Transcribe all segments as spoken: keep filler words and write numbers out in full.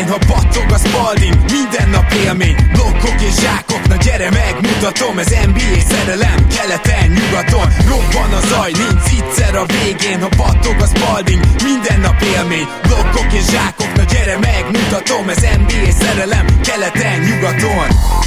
végén, ha battog a Spalding, minden nap élmény, blokkok és zsákok, na gyere megmutatom, ez en bé á szerelem, keleten, nyugaton, robban a zaj, nincs egyszer a végén, ha battog a Spalding, minden nap élmény, blokkok és zsákok, na gyere megmutatom, ez en bé á szerelem, keleten, nyugaton.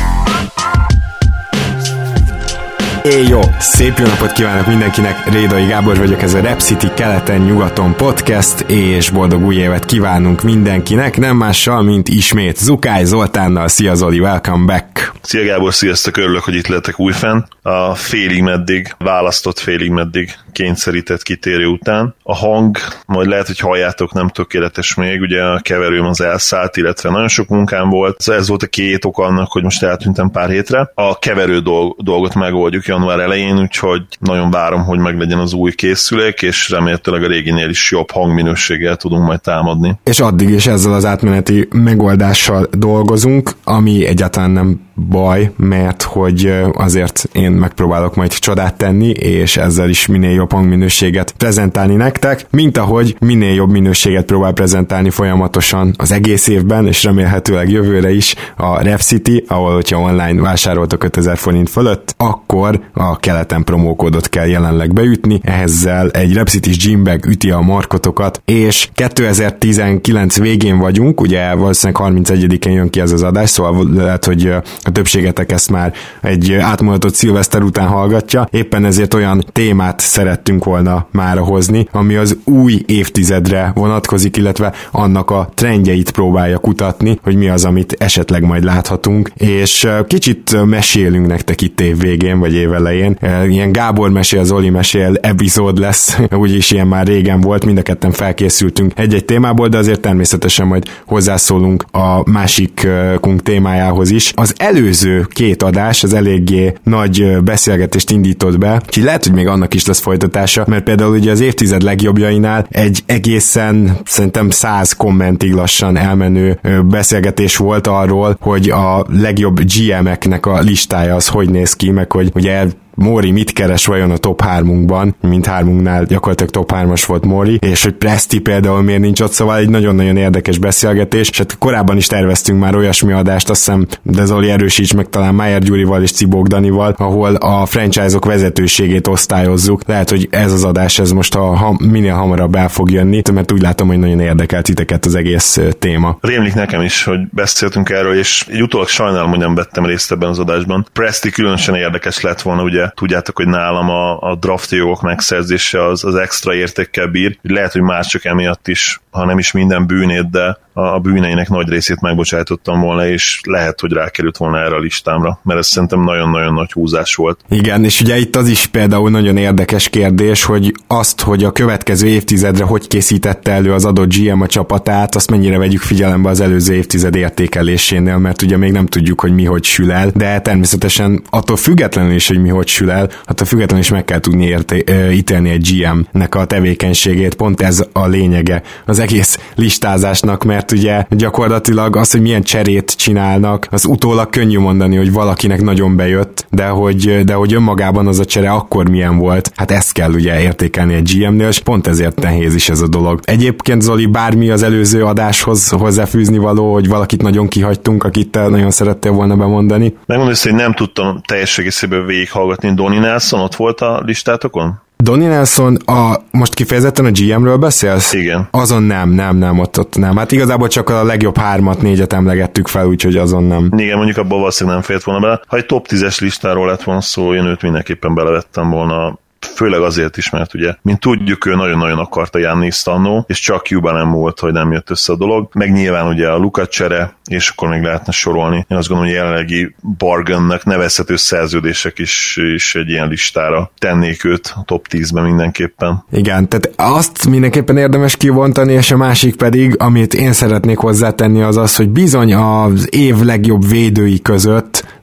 Éj jó! Szép jó napot kívánok mindenkinek, Rédai Gábor vagyok, ez a Rap City keleten-nyugaton podcast, és boldog új évet kívánunk mindenkinek, nem mással, mint ismét Zukály Zoltánnal. Szia Zoli, welcome back! Szia Gábor, sziasztok, örülök, hogy itt lettek újfenn. A félig meddig, választott félig meddig kényszerített kitérő után. A hang, majd lehet, hogy halljátok, nem tökéletes még, ugye a keverőm az elszállt, illetve nagyon sok munkám volt, ez volt a két ok annak, hogy most eltűntem pár hétre. A keverő dolg, dolgot megoldjuk január elején, úgyhogy nagyon várom, hogy meglegyen az új készülék, és remélhetőleg a réginél is jobb hangminőséggel tudunk majd támadni. És addig is ezzel az átmeneti megoldással dolgozunk, ami egyáltalán nem baj, mert hogy azért én megpróbálok majd csodát tenni, és ezzel is minél jobb hangminőséget prezentálni nektek, mint ahogy minél jobb minőséget próbál prezentálni folyamatosan az egész évben, és remélhetőleg jövőre is a Rap City, ahol hogyha online vásároltok ötezer forint fölött, akkor a keleten promókódot kell jelenleg beütni, ezzel egy Rap City-s gymbag üti a markotokat, és kétezer-tizenkilenc végén vagyunk, ugye valószínűleg harmincegyedikén jön ki ez az adás, szóval lehet, hogy a többségetek ezt már egy átmulatott szilveszter után hallgatja, éppen ezért olyan témát szerettünk volna mára hozni, ami az új évtizedre vonatkozik, illetve annak a trendjeit próbálja kutatni, hogy mi az, amit esetleg majd láthatunk, és kicsit mesélünk nektek itt év végén, vagy év elején. Ilyen Gábor mesél, Zoli mesél epizód lesz, úgyis ilyen már régen volt, mind a ketten felkészültünk egy-egy témából, de azért természetesen majd hozzászólunk a másikunk témájához is. Az előző két adás az eléggé nagy beszélgetést indított be, úgyhogy lehet, hogy még annak is lesz folytatása, mert például ugye az évtized legjobbjainál egy egészen szerintem száz kommentig lassan elmenő beszélgetés volt arról, hogy a legjobb gé em-eknek a listája az hogy néz ki, meg hogy ugye Mori mit keres vajon a top hármunkban, mint hármunknál gyakorlatilag top hármas volt Mori, és hogy Presti például miért nincs ott, szóval egy nagyon-nagyon érdekes beszélgetés, és hát korábban is terveztünk már olyasmi adást, azt hiszem, de Zoli erősíts meg talán Májer Gyurival és Cibók Danival, ahol a franchise-ok vezetőségét osztályozzuk. Lehet, hogy ez az adás ez most a, ha, minél hamarabb el fog jönni, mert úgy látom, hogy nagyon érdekel titeket az egész téma. Rémlik nekem is, hogy beszéltünk erről, és egy utólag sajnálom, hogy nem vettem részt ebben az adásban. Presti különösen érdekes lett volna, ugye tudjátok, hogy nálam a, a draft jogok megszerzése az, az extra értékkel bír. Lehet, hogy már csak emiatt is, ha nem is minden bűnét, de a bűneinek nagy részét megbocsájtottam volna, és lehet, hogy rákerült volna erre a listámra, mert ez szerintem nagyon-nagyon nagy húzás volt. Igen, és ugye itt az is például nagyon érdekes kérdés, hogy azt, hogy a következő évtizedre hogy készítette elő az adott gé em a csapatát, azt mennyire vegyük figyelembe az előző évtized értékelésénél, mert ugye még nem tudjuk, hogy mi hogy sül el, de természetesen attól függetlenül is, hogy mi hogy sül el, attól függetlenül is meg kell tudni érté- ítélni egy gé em-nek a tevékenységét, pont ez a lényege az egész listázásnak, mert ugye gyakorlatilag az, hogy milyen cserét csinálnak, az utólag könnyű mondani, hogy valakinek nagyon bejött, de hogy, de hogy önmagában az a csere akkor milyen volt, hát ezt kell ugye értékelni egy gé em-nél, és pont ezért nehéz is ez a dolog. Egyébként Zoli, bármi az előző adáshoz hozzáfűzni való, hogy valakit nagyon kihagytunk, akit te nagyon szerettél volna bemondani? Megmondom, hogy nem tudtam teljes egészében végighallgatni. Donnie Nelson ott volt a listátokon? Donnie Nelson, a, most kifejezetten a gé em-ről beszélsz? Igen. Azon nem, nem, nem, ott, ott nem. Hát igazából csak a legjobb hármat, négyet emlegettük fel, úgyhogy azon nem. Igen, mondjuk abban valószínűleg nem fért volna bele. Ha egy top tízes listáról lett volna szó, én őt mindenképpen belevettem volna, főleg azért is, mert ugye, mint tudjuk, ő nagyon-nagyon akarta Gianniszt annó, és csak Cuban nem volt, hogy nem jött össze a dolog. Meg nyilván ugye a Luka csere, és akkor még lehetne sorolni. Én azt gondolom, hogy jelenlegi bargainnek nevezhető szerződések is, is egy ilyen listára tennék őt a top tízben mindenképpen. Igen, tehát azt mindenképpen érdemes kivontani, és a másik pedig, amit én szeretnék hozzátenni, az az, hogy bizony az év legjobb védői között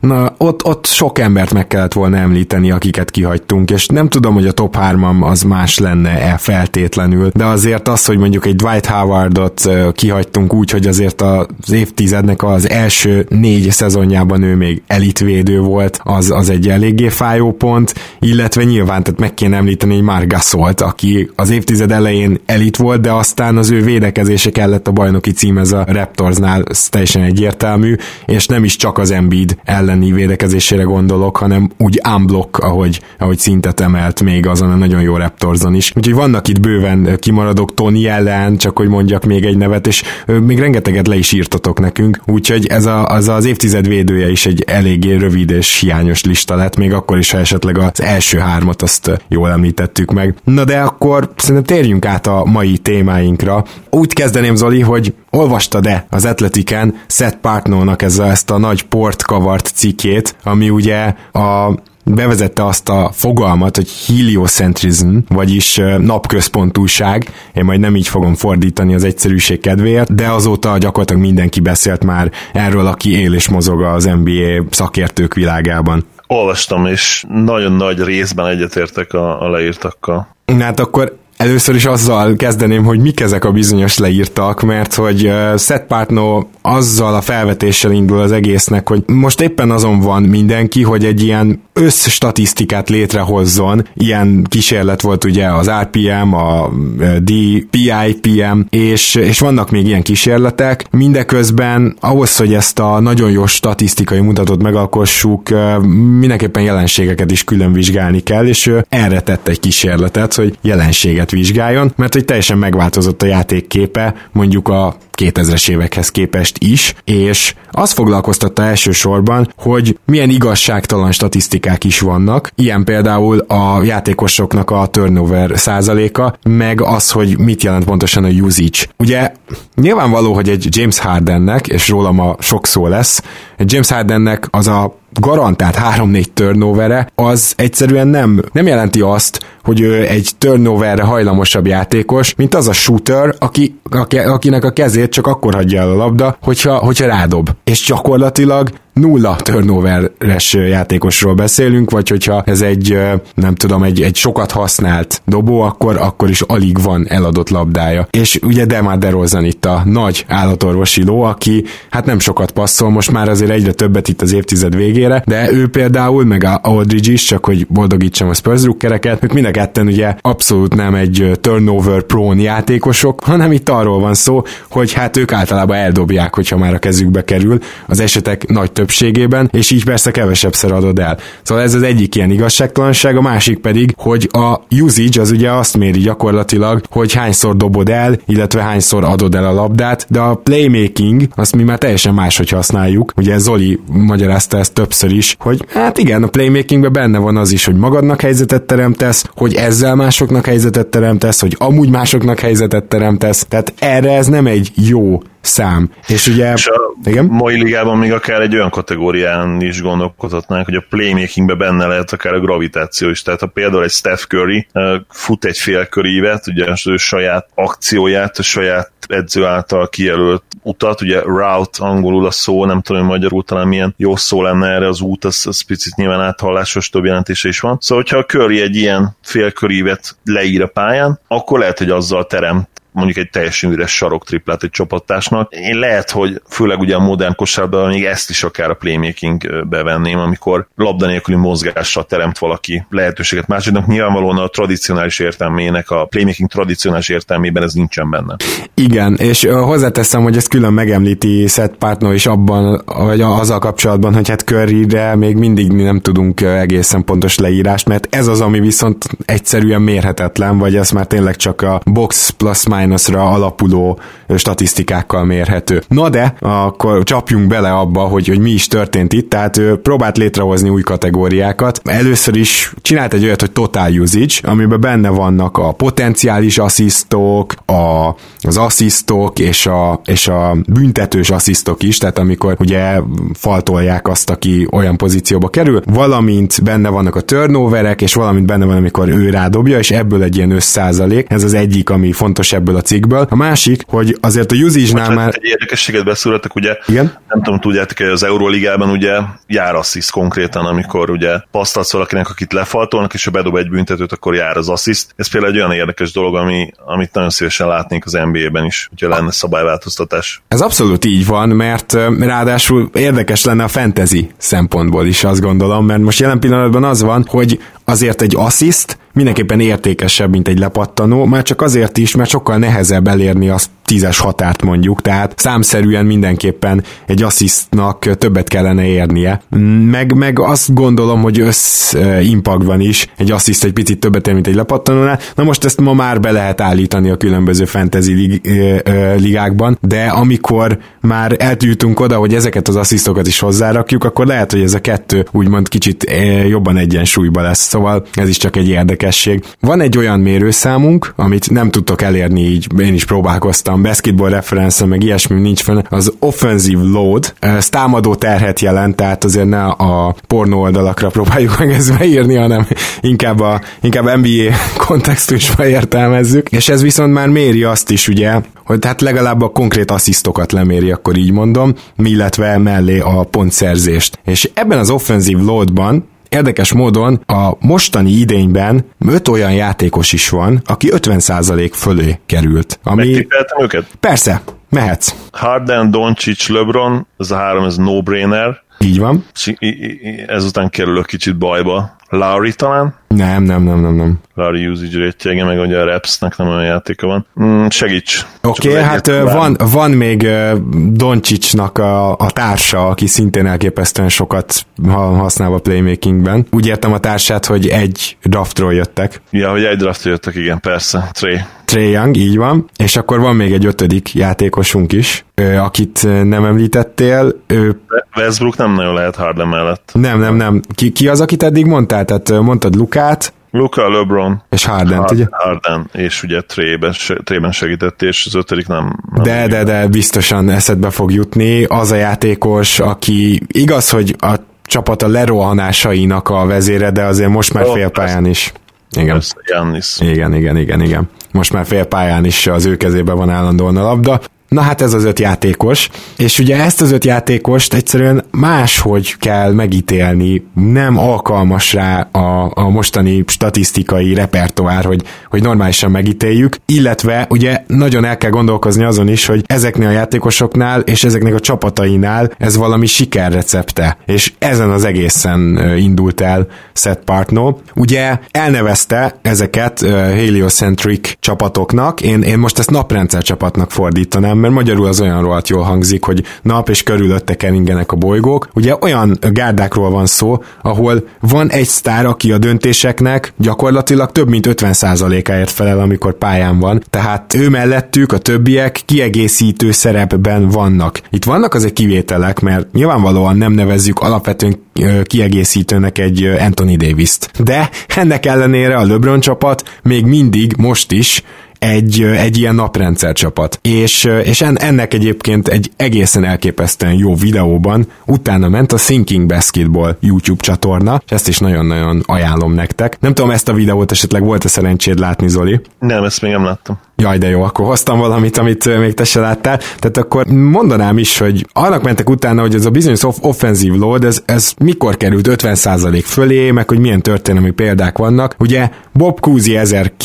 Na, ott, ott sok embert meg kellett volna említeni, akiket kihagytunk, és nem tudom, hogy a top hármam az más lenne-e feltétlenül, de azért az, hogy mondjuk egy Dwight Howardot kihagytunk úgy, hogy azért az évtizednek az első négy szezonjában ő még elitvédő volt, az, az egy eléggé fájó pont, illetve nyilván, tehát meg kéne említeni egy Marc Gasolt, aki az évtized elején elit volt, de aztán az ő védekezése kellett a bajnoki címhez a Raptorsnál, ez teljesen egyértelmű, és nem is csak az Embiid elleni védekezésére gondolok, hanem úgy unblock, ahogy, ahogy szintet emelt még azon a nagyon jó Raptorson is. Úgyhogy vannak itt bőven kimaradok, Tony ellen, csak hogy mondjak még egy nevet, és még rengeteget le is írtatok nekünk, úgyhogy ez a, az, az évtized védője is egy eléggé rövid és hiányos lista lett, még akkor is, ha esetleg az első hármat azt jól említettük meg. Na de akkor szerintem térjünk át a mai témáinkra. Úgy kezdeném, Zoli, hogy olvastad-e az Athletiken Seth Partnownak ez a, ezt a nagy port kavart cikkét, ami ugye a bevezette azt a fogalmat, hogy heliocentrism, vagyis napközpontúság, én majd nem így fogom fordítani az egyszerűség kedvéért, de azóta gyakorlatilag mindenki beszélt már erről, aki él és mozog az en bé á szakértők világában. Olvastam, és nagyon nagy részben egyetértek a, a leírtakkal. Hát akkor először is azzal kezdeném, hogy mik ezek a bizonyos leírtak, mert hogy uh, Seth Partnow azzal a felvetéssel indul az egésznek, hogy most éppen azon van mindenki, hogy egy ilyen összstatisztikát létrehozzon. Ilyen kísérlet volt ugye az er pé em, a D P I P M, és, és vannak még ilyen kísérletek. Mindeközben ahhoz, hogy ezt a nagyon jó statisztikai mutatót megalkossuk, uh, mindenképpen jelenségeket is külön vizsgálni kell, és uh, erre tett egy kísérletet, hogy jelenséget vizsgáljon, mert hogy teljesen megváltozott a játékképe, mondjuk a kétezres évekhez képest is, és az foglalkoztatta elsősorban, hogy milyen igazságtalan statisztikák is vannak, ilyen például a játékosoknak a turnover százaléka, meg az, hogy mit jelent pontosan a usage. Ugye nyilvánvaló, hogy egy James Hardennek, és róla ma sok szó lesz, egy James Hardennek az a garantált három-négy turnovere, az egyszerűen nem, nem jelenti azt, hogy ő egy turnoverre hajlamosabb játékos, mint az a shooter, aki, aki, akinek a kezét csak akkor hagyja el a labda, hogyha, hogyha rádob. És gyakorlatilag nulla turnoveres játékosról beszélünk, vagy hogyha ez egy, nem tudom, egy, egy sokat használt dobó, akkor, akkor is alig van eladott labdája. És ugye DeMar DeRozan itt a nagy állatorvosi ló, aki hát nem sokat passzol, most már azért egyre többet itt az évtized végére, de ő például, meg a Aldridge is, csak hogy boldogítsam a Spurs drukkereket, ők mind a ketten ugye abszolút nem egy turnover prone játékosok, hanem itt arról van szó, hogy hát ők általában eldobják, hogyha már a kezükbe kerül, az esetek nagy többségében, és így persze kevesebbszer adod el. Szóval ez az egyik ilyen igazságtalanság, a másik pedig, hogy a usage az ugye azt méri gyakorlatilag, hogy hányszor dobod el, illetve hányszor adod el a labdát, de a playmaking, azt mi már teljesen máshogy használjuk. Ugye Zoli magyarázta ezt többször is, hogy hát igen, a playmakingben benne van az is, hogy magadnak helyzetet teremtesz, hogy ezzel másoknak helyzetet teremtesz, hogy amúgy másoknak helyzetet teremtesz, tehát erre ez nem egy jó szám. És ugye... És a igen? mai ligában még akár egy olyan kategórián is gondolkodhatnánk, hogy a playmakingben benne lehet akár a gravitáció is. Tehát ha például egy Steph Curry fut egy félkörívet, ugye az ő saját akcióját, a saját edző által kijelölt utat, ugye route angolul a szó, nem tudom, hogy magyarul talán milyen jó szó lenne erre az út, az, az picit nyilván áthallásos, több jelentése is van. Szóval, hogyha a Curry egy ilyen félkörívet leír a pályán, akkor lehet, hogy azzal teremt mondjuk egy teljesen üres saroktriplát egy csapattársnak. Én lehet, hogy főleg ugye a modern kosárban még ezt is akár a playmaking bevenném, amikor labda nélküli mozgással teremt valaki lehetőséget másodnak. Nyilvánvalóan a tradicionális értelmének, a playmaking tradicionális értelmében ez nincsen benne. Igen, és hozzáteszem, hogy ezt külön megemlíti Seth Partnow is abban, vagy azzal kapcsolatban, hogy hát Curryre még mindig nem tudunk egészen pontos leírást, mert ez az, ami viszont egyszerűen mérhetetlen, vagy ez már tényleg csak a box plus minusra alapuló statisztikákkal mérhető. Na de, akkor csapjunk bele abba, hogy, hogy mi is történt itt, tehát ő próbált létrehozni új kategóriákat. Először is csinált egy olyat, hogy total usage, amiben benne vannak a potenciális asszisztok, a, az asszisztok és a, és a büntetős asszisztok is, tehát amikor ugye faltolják azt, aki olyan pozícióba kerül, valamint benne vannak a turnoverek, és valamint benne van, amikor ő rádobja, és ebből egy ilyen összszázalék. Ez az egyik, ami fontos ebből ebből a cikkből. A másik, hogy azért a usage-nál már... Egy érdekességet beszúrtak, ugye, igen? Nem tudom, tudjátok, hogy az Euróligában ugye jár assziszt konkrétan, amikor ugye passztatsz valakinek, akit lefaltolnak, és ha bedob egy büntetőt, akkor jár az assziszt. Ez például egy olyan érdekes dolog, ami, amit nagyon szívesen látnék az en bé á-ben is, hogyha lenne szabályváltoztatás. Ez abszolút így van, mert ráadásul érdekes lenne a fantasy szempontból is, azt gondolom, mert most jelen pillanatban az van, hogy azért egy assziszt mindenképpen értékesebb, mint egy lepattanó, már csak azért is, mert sokkal nehezebb elérni azt tízes határt mondjuk, tehát számszerűen mindenképpen egy asszisztnak többet kellene érnie. Meg, meg azt gondolom, hogy össz impactban is egy assziszt egy picit többet ér, mint egy lepattanónál. Na most ezt ma már be lehet állítani a különböző fantasy lig, ligákban, de amikor már eljutunk oda, hogy ezeket az asszisztokat is hozzárakjuk, akkor lehet, hogy ez a kettő úgymond kicsit jobban egyensúlyba lesz, szóval ez is csak egy érdekesség. Van egy olyan mérőszámunk, amit nem tudtok elérni, így én is próbálkoztam, basketball reference, meg ilyesmi nincs fenn, az offensive load, ez támadó terhet jelent, tehát azért ne a pornó oldalakra próbáljuk meg ezt beírni, hanem inkább, a, inkább en bé á kontextusba értelmezzük, és ez viszont már méri azt is, ugye, hogy tehát legalább a konkrét asszisztokat leméri, akkor így mondom, illetve mellé a pontszerzést. És ebben az offensive loadban érdekes módon a mostani idényben öt olyan játékos is van, aki ötven százalék fölé került. Ami... Megtippeltem őket? Persze, mehetsz. Harden, Doncic, LeBron, ez a három, ez no-brainer. Így van. Ezután kerülök kicsit bajba. Lowry talán? Nem, nem, nem, nem, nem. Lowry usage rate-jege, meg ugye a Rapsnek nem olyan játéka van. Mm, segíts. Oké, okay, hát van, van még Doncicnak a, a társa, aki szintén elképesztően sokat használ a playmakingben. Úgy értem a társát, hogy egy draftról jöttek. Ja, hogy egy draftról jöttek, igen, persze. Trey. Trae Young, így van. És akkor van még egy ötödik játékosunk is, akit nem említettél. Ő... Westbrook nem nagyon lehet Harden mellett. Nem, nem, nem. Ki, ki az, akit eddig mondtál? Tehát mondtad Lukát. Luka, LeBron. És Harden, Harden, ugye? Harden, és ugye Trae-ben segített, és az ötödik nem... nem de, de, de biztosan eszedbe fog jutni. Az a játékos, aki igaz, hogy a csapata lerohanásainak a vezére, de azért most már oh, félpályán is. Igen. Giannis. Igen, igen, igen, igen. Most már félpályán is az ő kezében van állandóan a labda. Na hát ez az öt játékos, és ugye ezt az öt játékost egyszerűen máshogy kell megítélni, nem alkalmas rá a, a mostani statisztikai repertoár, hogy, hogy normálisan megítéljük, illetve ugye nagyon el kell gondolkozni azon is, hogy ezeknél a játékosoknál és ezeknek a csapatainál ez valami sikerrecepte, és ezen az egészen indult el Seth Partnow. Ugye elnevezte ezeket heliocentric csapatoknak, én, én most ezt naprendszer csapatnak fordítanám, mert magyarul az olyan rohadt jól hangzik, hogy nap és körülötte keringenek a bolygók. Ugye olyan gárdákról van szó, ahol van egy sztár, aki a döntéseknek gyakorlatilag több mint ötven százalékáért felel, amikor pályán van. Tehát ő mellettük a többiek kiegészítő szerepben vannak. Itt vannak azért kivételek, mert nyilvánvalóan nem nevezzük alapvetően kiegészítőnek egy Anthony Davis-t. De ennek ellenére a LeBron csapat még mindig most is egy, egy ilyen naprendszer csapat. És, és ennek egyébként egy egészen elképesztően jó videóban utána ment a Thinking Basketball YouTube csatorna, és ezt is nagyon-nagyon ajánlom nektek. Nem tudom, ezt a videót esetleg volt-e szerencséd látni, Zoli? Nem, ezt még nem láttam. Jaj, de jó, akkor hoztam valamit, amit még te se láttál. Tehát akkor mondanám is, hogy annak mentek utána, hogy ez a bizonyos offensive load, ez, ez mikor került ötven százalék fölé, meg hogy milyen történelmi példák vannak. Ugye Bob Cousy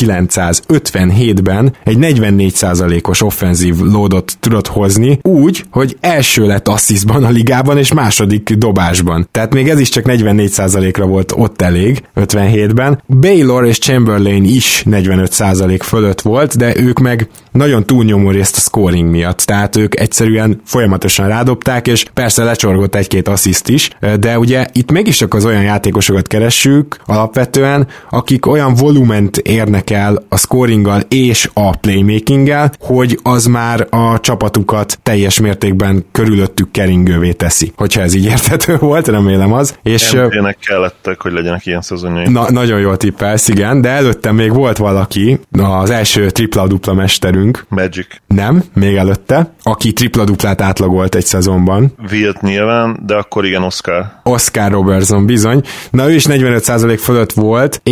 ezerkilencszázötvenhétben egy negyvennégy százalékos offensive loadot tudott hozni, úgy, hogy első lett asszisztban a ligában, és második dobásban. Tehát még ez is csak negyvennégy százalékra volt ott elég, ötvenhétben. Baylor és Chamberlain is negyvenöt százalék fölött volt, de ők meg nagyon túlnyomó részt a scoring miatt, tehát ők egyszerűen folyamatosan rádobták, és persze lecsorgott egy-két assziszt is, de ugye itt mégiscsak az olyan játékosokat keressük alapvetően, akik olyan volument érnek el a scoringgal és a playmakinggel, hogy az már a csapatukat teljes mértékben körülöttük keringővé teszi. Hogyha ez így érthető volt, remélem az. És Ennek kellettek, hogy legyenek ilyen szezonjai. Na, nagyon jól tippelsz, igen, de előtte még volt valaki, az első tripla-dupla mesterünk. Magic. Nem, még előtte, aki tripla-duplát átlagolt egy szezonban. Wilt nyilván, de akkor igen, Oscar. Oscar Robertson, bizony. Na, ő is negyvenöt százalék fölött volt, és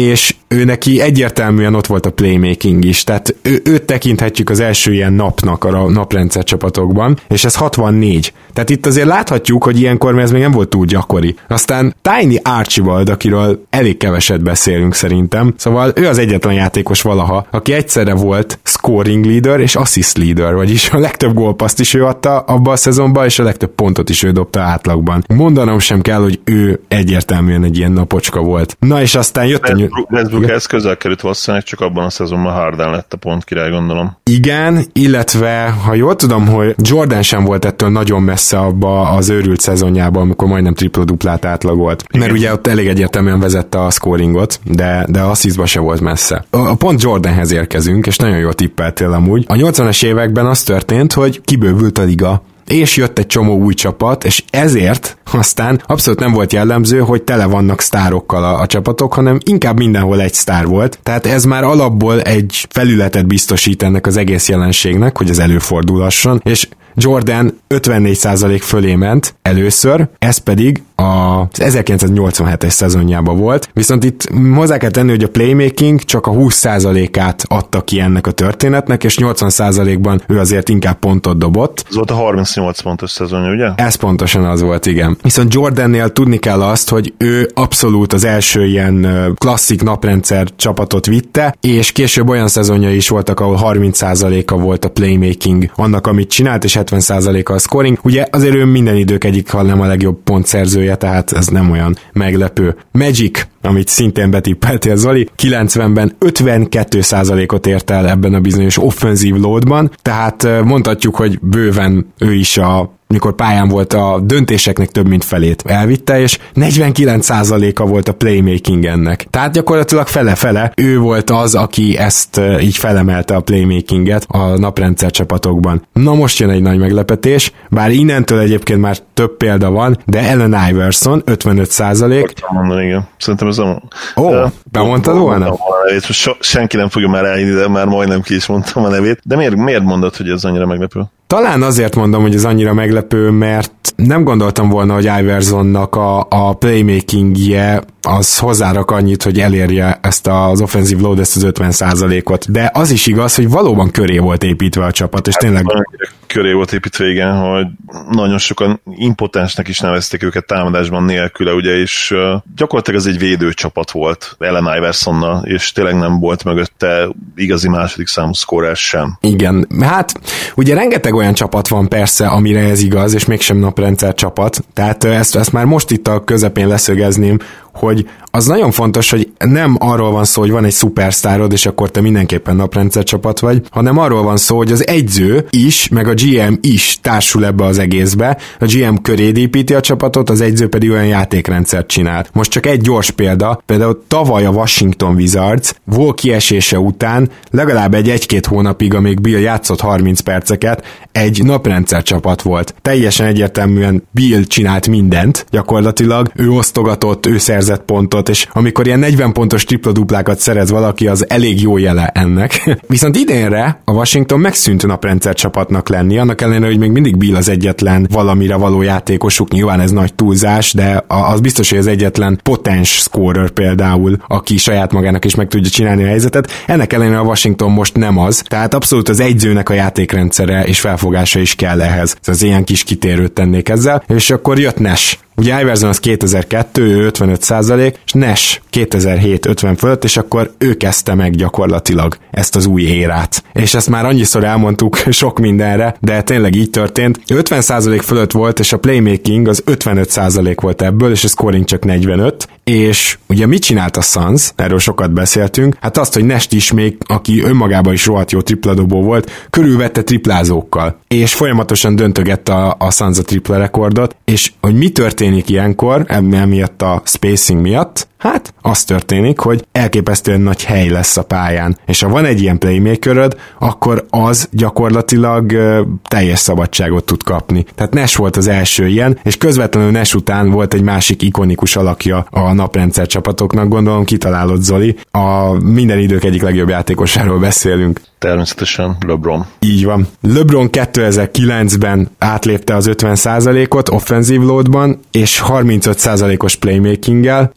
ő neki egyértelműen ott volt a playmaking is, tehát ő, őt tekinthetjük az első ilyen napnak a naprendszer csapatokban, és ez hatvannégy. Tehát itt azért láthatjuk, hogy ilyenkor ez még nem volt túl gyakori. Aztán Tiny Archibald, akiről elég keveset beszélünk szerintem, szóval ő az egyetlen játékos valaha, aki egyszerre volt scoring leader és assist leader, vagyis a legtöbb gólpaszt is ő adta abba a szezonban, és a legtöbb pontot is ő dobta átlagban. Mondanom sem kell, hogy ő egyértelműen egy ilyen napocska volt. Na és aztán jött a... Westbrookhez közel került valószínűleg, csak abban a szezonban Harden lett a pont király, gondolom. Igen, illetve ha jól tudom, hogy Jordan sem volt ettől nagyon messze abba az őrült szezonjában, amikor majdnem tripla-duplát átlagolt. Mert ugye ott elég egyértelműen vezette a scoringot, de, de assistba se volt messze. A, a pont Jordanhez érkezünk, és nagyon jól tippeltél amúgy. A nyolcvanas években az történt, hogy kibővült a liga, és jött egy csomó új csapat, és ezért aztán abszolút nem volt jellemző, hogy tele vannak sztárokkal a, a csapatok, hanem inkább mindenhol egy sztár volt. Tehát ez már alapból egy felületet biztosít ennek az egész jelenségnek, hogy ez előfordulhasson, és Jordan ötvennégy százalék fölé ment először, ez pedig az ezerkilencszáznyolcvanhetes szezonjában volt, viszont itt hozzá kell tenni, hogy a playmaking csak a húsz százalékát adta ki ennek a történetnek, és nyolcvan százalékban ő azért inkább pontot dobott. Ez volt a harmincnyolc pontos szezonja, ugye? Ez pontosan az volt, igen. Viszont Jordannél tudni kell azt, hogy ő abszolút az első ilyen klasszik naprendszer csapatot vitte, és később olyan szezonja is voltak, ahol harminc százaléka volt a playmaking annak, amit csinált, és hetven százaléka a scoring. Ugye azért ő minden idők egyik, ha nem a legjobb pontszerzője, tehát ez nem olyan meglepő. Magic, amit szintén betippeltél, Zoli, kilencvenben ötvenkét százalékot ért el ebben a bizonyos offenzív loadban, tehát mondhatjuk, hogy bőven ő is a mikor pályán volt a döntéseknek több mint felét elvitte, és negyvenkilenc százaléka volt a playmaking ennek. Tehát gyakorlatilag fele-fele ő volt az, aki ezt így felemelte a playmakinget a naprendszer csapatokban. Na most jön egy nagy meglepetés, bár innentől egyébként már több példa van, de Allen Iverson ötvenöt százalék. Mondani, igen. Szerintem ez a... Ó, oh, bemondtad volna? So, senki nem fogja már elhinni, de már majdnem ki is mondtam a nevét. De miért, miért mondod, hogy ez annyira meglepő? Talán azért mondom, hogy ez annyira meglepő, mert nem gondoltam volna, hogy Iversonnak a, a playmakingje az hozzárak annyit, hogy elérje ezt az offensive load, ezt az ötven százalékot. De az is igaz, hogy valóban köré volt építve a csapat, és hát tényleg... Köré volt építve, igen, hogy nagyon sokan impotensnek is nevezték őket támadásban nélküle, ugye, és uh, gyakorlatilag ez egy védőcsapat volt Allen Iversonnal, és tényleg nem volt mögötte igazi második számú szkórás sem. Igen, hát ugye rengeteg olyan csapat van persze, amire ez igaz, és mégsem naprendszer csapat, tehát ezt, ezt már most itt a közepén leszögezném, hogy az nagyon fontos, hogy nem arról van szó, hogy van egy szupersztárod, és akkor te mindenképpen naprendszer csapat vagy, hanem arról van szó, hogy az egyző is, meg a gé em is társul ebbe az egészbe, a gé em köréd építi a csapatot, az egyző pedig olyan játékrendszert csinál. Most csak egy gyors példa, például tavaly a Washington Wizards Wall kiesése után legalább egy egy-két hónapig, amíg Bill játszott harminc perceket, egy naprendszer csapat volt. Teljesen egyértelműen Bill csinált mindent, gyakorlatilag ő osztogatott, ő szerzett pontot, és amikor ilyen negyven pontos tripla-duplákat szerez valaki, az elég jó jele ennek. Viszont idénre a Washington megszűnt naprendszer csapatnak lenni, annak ellenére, hogy még mindig Bill az egyetlen valamire való játékosuk, nyilván ez nagy túlzás, de az biztos, hogy az egyetlen potens scorer például, aki saját magának is meg tudja csinálni a helyzetet. Ennek ellenére a Washington most nem az, tehát abszolút az egyzőnek a játékrendszere és felfogása is kell ehhez. Ez ilyen kis kitérőt tennék ezzel, és akkor jött Nash. Ugye Iverson az kétezer-kettő, ő ötvenöt százalék, és Nash kétezer-hét ötven fölött, és akkor ő kezdte meg gyakorlatilag ezt az új érát. És ezt már annyiszor elmondtuk sok mindenre, de tényleg így történt. ötven százalék fölött volt, és a playmaking az ötvenöt százalék volt ebből, és a scoring csak negyvenöt, és ugye mit csinált a Suns? Erről sokat beszéltünk. Hát azt, hogy Nash is még, aki önmagában is rohadt jó tripladobó volt, körülvette triplázókkal, és folyamatosan döntögette a, a Suns a tripla rekordot, és hogy mi történik ilyenkor, emiatt a spacing miatt, hát az történik, hogy elképesztően nagy hely lesz a pályán, és ha van egy ilyen playmakeröd, akkor az gyakorlatilag uh, teljes szabadságot tud kapni. Tehát Nash volt az első ilyen, és közvetlenül Nash után volt egy másik ikonikus alakja a naprendszer csapatoknak, gondolom kitalálod, Zoli. A minden idők egyik legjobb játékosáról beszélünk. Természetesen LeBron. Így van. LeBron kétezer-kilencben átlépte az ötven százalékot offenzív loadban, és harmincöt százalékos playmakinggel, és ő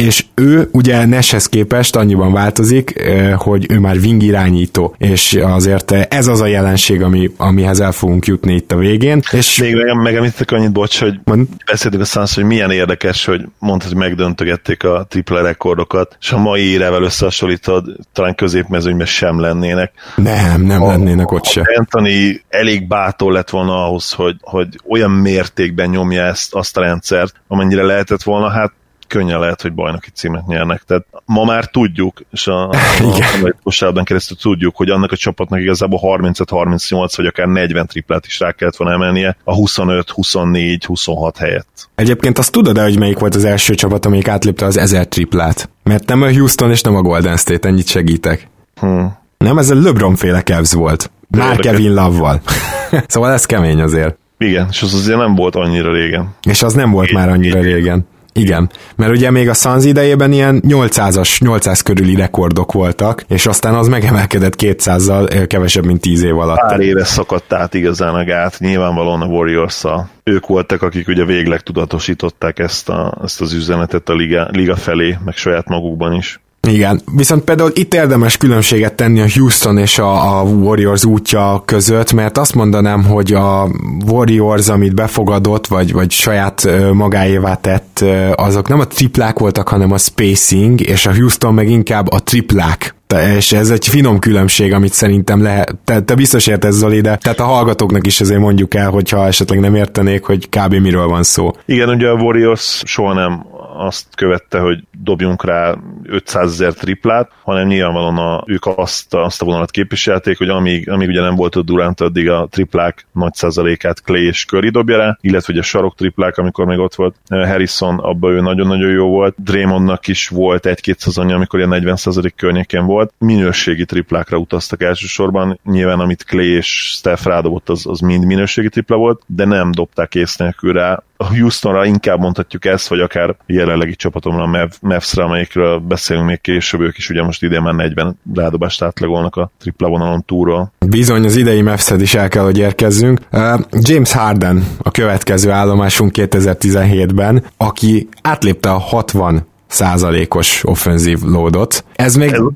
ő ugye Nashhez képest annyiban változik, hogy ő már wing irányító, és azért ez az a jelenség, ami, amihez el fogunk jutni itt a végén. És még megemlítettek annyit, bocs, hogy beszéltünk a Suns, hogy milyen érdekes, hogy mondtad, hogy megdöntögették a triple rekordokat, és a mai érevel összehasonlítod, talán középmezőnyben sem lennének. Nem, nem a, lennének ott se. Anthony elég bátor lett volna ahhoz, hogy, hogy olyan mértékben nyomja ezt, azt a rendszert, amennyire lehetett volna, hát könnyen lehet, hogy bajnoki címet nyernek. Tehát ma már tudjuk, és a, a, a kosárlabdán keresztül tudjuk, hogy annak a csapatnak igazából harmincöt harmincnyolc vagy akár negyven triplát is rá kellett volna emelnie a huszonöt huszonnégy huszonhat helyett. Egyébként azt tudod-e, hogy melyik volt az első csapat, amelyik átlépte az ezer triplát? Mert nem a Houston és nem a Golden State, ennyit segítek. Hmm. Nem, ez a LeBron-féle Cavs volt. Már Kevin Love-val. Szóval ez kemény azért. Igen, és az azért nem volt annyira régen. És az nem volt é, már annyira é, régen. Igen, mert ugye még a Suns idejében ilyen nyolcszázas, nyolcszáz körüli rekordok voltak, és aztán az megemelkedett kétszázzal kevesebb, mint tíz év alatt. Pár éve szakadt át igazán a gát, nyilvánvalóan a Warriors-szal. Ők voltak, akik ugye végleg tudatosították ezt, a, ezt az üzenetet a liga, liga felé, meg saját magukban is. Igen, viszont például itt érdemes különbséget tenni a Houston és a, a Warriors útja között, mert azt mondanám, hogy a Warriors, amit befogadott, vagy, vagy saját magáévá tett, azok nem a triplák voltak, hanem a spacing, és a Houston meg inkább a triplák. És ez egy finom különbség, amit szerintem lehet. Te, te biztos értesz, Zoli, de tehát a hallgatóknak is ezért mondjuk el, hogyha esetleg nem értenék, hogy kb. Miről van szó. Igen, ugye a Warriors soha nem azt követte, hogy dobjunk rá ötszázezer triplát, hanem nyilvánvalóan a, ők azt, azt a vonalat képviselték, hogy amíg, amíg ugye nem volt a Durant, addig a triplák nagy százalékát Clay és Curry dobja rá, illetve ugye a sarok triplák, amikor még ott volt Harrison, abban ő nagyon-nagyon jó volt. Draymondnak is volt egy-két szezonja, amikor ilyen negyven százalék környéken volt. Minőségi triplákra utaztak elsősorban, nyilván amit Clay és Steph rádobott, az, az mind minőségi tripla volt, de nem dobták ész nélkül rá. A Houstonra inkább mondhatjuk ezt, vagy akár jelenlegi csapatomra, a Mavs-ra, amelyikről beszélünk még később, ők is ugye most idén már negyven rádobást átlagolnak a tripla vonalon túlról. Bizony, az idei Mavs-ed is el kell, hogy érkezzünk. Uh, James Harden a következő állomásunk kétezer-tizenhétben, aki átlépte a hatvan százalékos offenzív loadot. Ez még... Ez...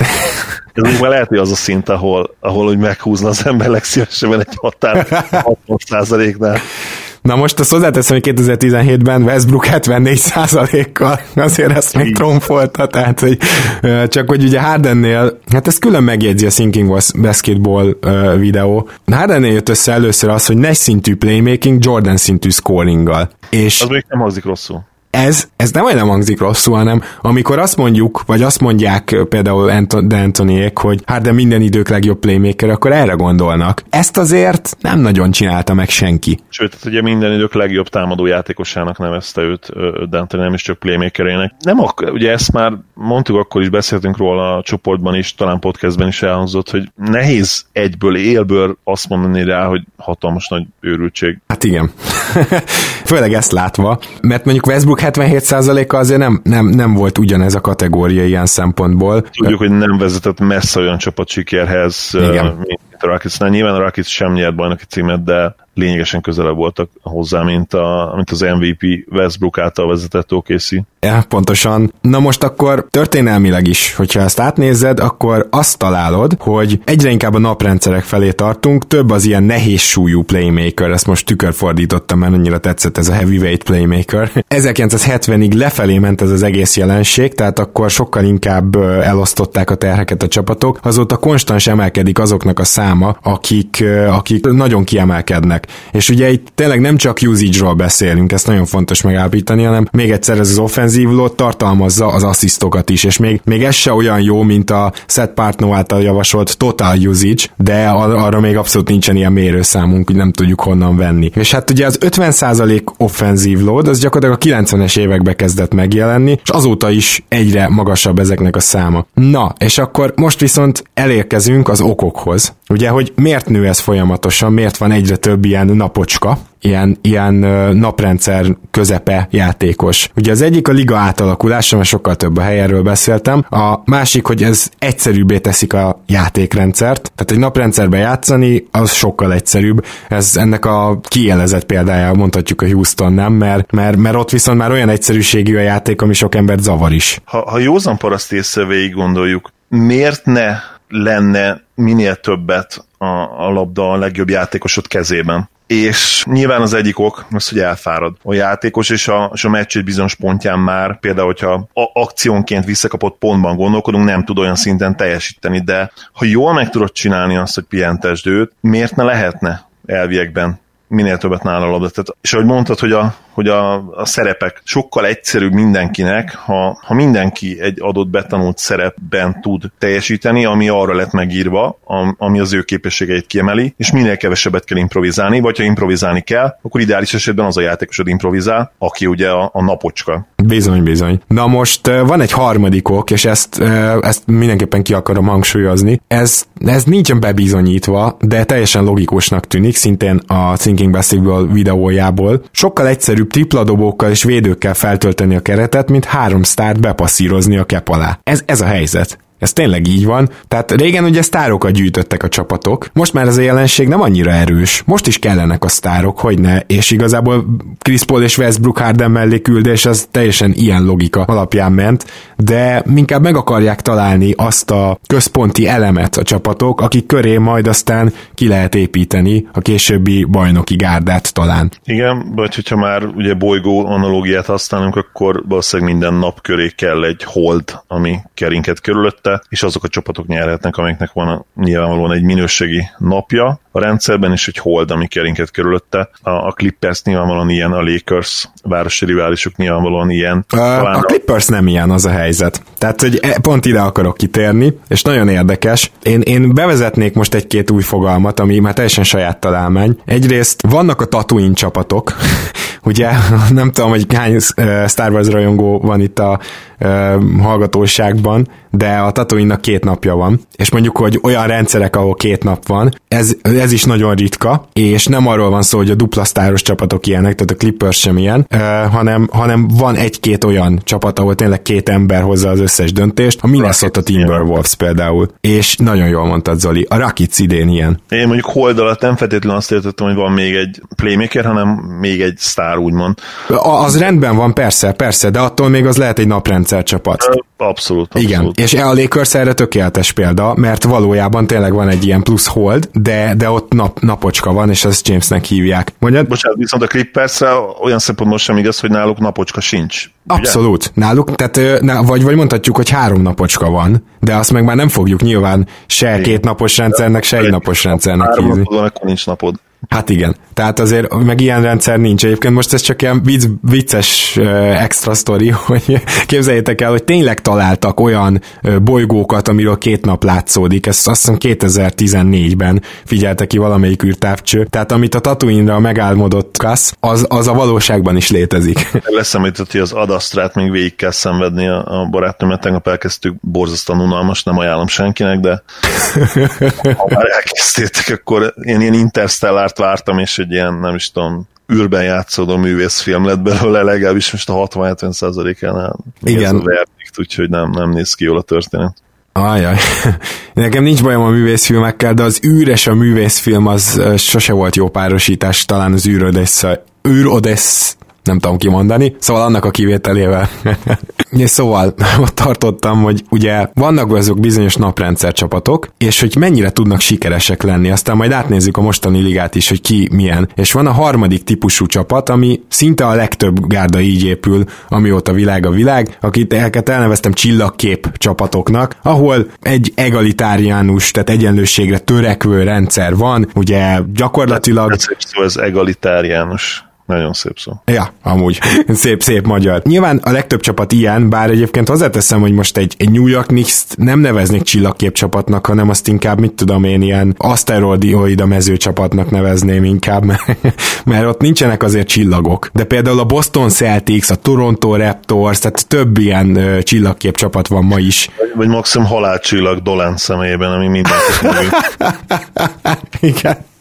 Ez még már lehet, hogy az a szint, ahol, ahol hogy meghúzna az ember legszívesebben egy határ hatvan százaléknál. Na most azt hozzáteszem, hogy kétezer-tizenhétben Westbrook hetvennégy százalékkal azért ezt még tromfolta, tehát hogy csak hogy ugye Hardennél, hát ez külön megjegyzi a Thinking Basketball uh, videó. Hardennél jött össze először az, hogy Nash szintű playmaking, Jordan szintű scoringgal. És az még nem hangzik rosszul. Ez, ez nem olyan nem hangzik rosszul, hanem amikor azt mondjuk, vagy azt mondják például D'Antoniék, hogy Harden minden idők legjobb playmaker, akkor erre gondolnak. Ezt azért nem nagyon csinálta meg senki. Sőt, tehát ugye minden idők legjobb támadó játékosának nevezte őt D'Antoni, nem is csak playmakerének. Nem ak- ugye ezt már mondtuk, akkor is beszéltünk róla a csoportban is, talán podcastben is elhangzott, hogy nehéz egyből, élből azt mondani rá, hogy hatalmas nagy őrültség. Hát igen. Főleg ezt látva, mert mondjuk Westbrook hetvenhét százaléka azért nem, nem, nem volt ugyanez a kategória ilyen szempontból. Tudjuk, hogy nem vezetett messze olyan csapat sikerhez, mint a Rocketsnál. Nyilván a Rockets sem nyert bajnoki címet, de lényegesen közelebb voltak hozzá, mint, a, mint az em vé pé Westbrook által vezetett o ká cé. Ja, pontosan. Na most akkor történelmileg is, hogyha ezt átnézed, akkor azt találod, hogy egyre inkább a naprendszerek felé tartunk, több az ilyen nehéz súlyú playmaker, ezt most tükörfordítottam, mert annyira tetszett ez a heavyweight playmaker. ezerkilencszázhetvenig lefelé ment ez az egész jelenség, tehát akkor sokkal inkább elosztották a terheket a csapatok, azóta konstans emelkedik azoknak a száma, akik, akik nagyon kiemelkednek. És ugye itt tényleg nem csak usage-ról beszélünk, ezt nagyon fontos megállapítani, hanem még egyszer ez az offenzív load tartalmazza az asszisztokat is, és még, még ez se olyan jó, mint a Seth Partnow által javasolt total usage, de ar- arra még abszolút nincsen ilyen mérőszámunk, hogy nem tudjuk honnan venni. És hát ugye az ötven százalék offenzív load, az gyakorlatilag a kilencvenes években kezdett megjelenni, és azóta is egyre magasabb ezeknek a száma. Na, és akkor most viszont elérkezünk az okokhoz. Ugye, hogy miért nő ez folyamatosan, miért van egyre több ilyen napocska, ilyen, ilyen naprendszer közepe játékos. Ugye az egyik a liga átalakulása, mert sokkal több a helyerről beszéltem, a másik, hogy ez egyszerűbbé teszik a játékrendszert, tehát egy naprendszerben játszani, az sokkal egyszerűbb. Ez ennek a kiélezett példája, mondhatjuk a Houston, nem? Mert, mert, mert ott viszont már olyan egyszerűségű a játék, ami sok embert zavar is. Ha, ha józan paraszt észre végig gondoljuk, miért ne lenne minél többet a, a labda a legjobb játékosod kezében? És nyilván az egyik ok az, hogy elfárad a játékos, és a, és a meccs egy bizonyos pontján már, például, hogyha a, akciónként visszakapott pontban gondolkodunk, nem tud olyan szinten teljesíteni, de ha jól meg tudod csinálni azt, hogy pihentesd őt, miért ne lehetne elviekben minél többet nála a labda? Tehát, és ahogy mondtad, hogy a hogy a, a szerepek sokkal egyszerűbb mindenkinek, ha, ha mindenki egy adott betanult szerepben tud teljesíteni, ami arra lett megírva, ami az ő képességeit kiemeli, és minél kevesebbet kell improvizálni, vagy ha improvizálni kell, akkor ideális esetben az a játékosod improvizál, aki ugye a, a napocska. Bizony, bizony. Na most van egy harmadik ok, és ezt, ezt mindenképpen ki akarom hangsúlyozni. Ez, ez nincsen bebizonyítva, de teljesen logikusnak tűnik, szintén a Thinking Basketball videójából. Sokkal egyszerűbb tripladobókkal és védőkkel feltölteni a keretet, mint három sztárt bepasszírozni a kep alá. Ez, ez a helyzet. Ez tényleg így van. Tehát régen ugye sztárokat gyűjtöttek a csapatok, most már ez a jelenség nem annyira erős. Most is kellenek a sztárok, hogy ne, és igazából Chris Paul és Westbrook Harden mellé küldés az teljesen ilyen logika alapján ment, de inkább meg akarják találni azt a központi elemet a csapatok, akik köré majd aztán ki lehet építeni a későbbi bajnoki gárdát talán. Igen, vagy hogyha már ugye bolygó analógiát használunk, akkor valószínűleg minden nap köré kell egy hold, ami kerinket körülötte, és azok a csapatok nyerhetnek, amiknek van a, nyilvánvalóan egy minőségi napja a rendszerben, és egy hold, ami kerinket körülötte. A, a Clippers nyilvánvalóan ilyen, a Lakers városi riválisok nyilvánvalóan ilyen. A, a Clippers nem ilyen, az a helyzet. Tehát, hogy pont ide akarok kitérni, és nagyon érdekes. Én, én bevezetnék most egy-két új fogalmat, ami már teljesen saját találmány. Egyrészt vannak a Tatooine csapatok, ugye, nem tudom, hogy hány Star Wars rajongó van itt a uh, hallgatóságban, de a Tatooine-nak két napja van, és mondjuk, hogy olyan rendszerek, ahol két nap van, ez, ez is nagyon ritka, és nem arról van szó, hogy a dupla sztáros csapatok ilyenek, tehát a Clippers sem ilyen, uh, hanem, hanem van egy-két olyan csapat, ahol tényleg két ember hozza az összes döntést, a Minnesota Timberwolves például, és nagyon jól mondtad, Zoli, a Rockets idén ilyen. Én mondjuk hold alatt nem feltétlenül azt értettem, hogy van még egy playmaker, hanem még egy sztár, úgymond. Az rendben van, persze, persze, de attól még az lehet egy naprendszer csapat. Abszolút, abszolút. Igen, és a Lakers erre tökéletes példa, mert valójában tényleg van egy ilyen plusz hold, de, de ott nap, napocska van, és ezt Jamesnek hívják. Mondjad? Bocsánat, viszont a Clippersre olyan szempontból sem igaz, hogy náluk napocska sincs. Ugye? Abszolút. Náluk, tehát, vagy, vagy mondhatjuk, hogy három napocska van, de azt meg már nem fogjuk nyilván se igen. két napos rendszernek, se egy napos rendszernek hívni. Három napodon, akkor nincs napod. Hát igen, tehát azért meg ilyen rendszer nincs. Egyébként most ez csak ilyen vicc, vicces uh, extra sztori, hogy képzeljétek el, hogy tényleg találtak olyan uh, bolygókat, amiről két nap látszódik. Ezt azt hiszem kétezer-tizennégyben figyelte ki valamelyik űrtávcső. Tehát amit a Tatooine-ra megálmodott Kasz, az, az a valóságban is létezik. Leszemlített, hogy az Ad Astrát még végig kell szenvedni a, a barátnőmet, tegnap elkezdtük, borzasztóan unalmas, nem ajánlom senkinek, de ha már elkezdtétek, akkor én ilyen Interstellárt vártam, és egy ilyen, nem is tudom, űrben játszódó művészfilm lett belőle, legalábbis most a hatvan-hetven százalékánál. Igen. Ez a verdikt, úgyhogy nem, nem néz ki jól a történet. Ajaj. Nekem nincs bajom a művészfilmekkel, de az űr és a művészfilm az sose volt jó párosítás, talán az űr Odessa, űr Odessa, nem tudom kimondani, szóval annak a kivételével. Szóval ott tartottam, hogy ugye vannak azok bizonyos naprendszer csapatok, és hogy mennyire tudnak sikeresek lenni, aztán majd átnézzük a mostani ligát is, hogy ki milyen. És van a harmadik típusú csapat, ami szinte a legtöbb gárda így épül, amióta világ a világ, akit elket elneveztem csillagkép csapatoknak, ahol egy egalitáriánus, tehát egyenlőségre törekvő rendszer van, ugye gyakorlatilag... Ez, ez egalitáriánus. Nagyon szép szó. Ja, amúgy. Szép-szép magyar. Nyilván a legtöbb csapat ilyen, bár egyébként hozzáteszem, hogy most egy, egy New York Knicks-t nem neveznék csillagkép csapatnak, hanem azt inkább, mit tudom én, ilyen aszteroida mezőcsapatnak nevezném inkább, mert, mert ott nincsenek azért csillagok. De például a Boston Celtics, a Toronto Raptors, tehát több ilyen ö, csillagkép csapat van ma is. Vagy, vagy maximum halálcsillag Dolan személyében, ami mindenkit Igen.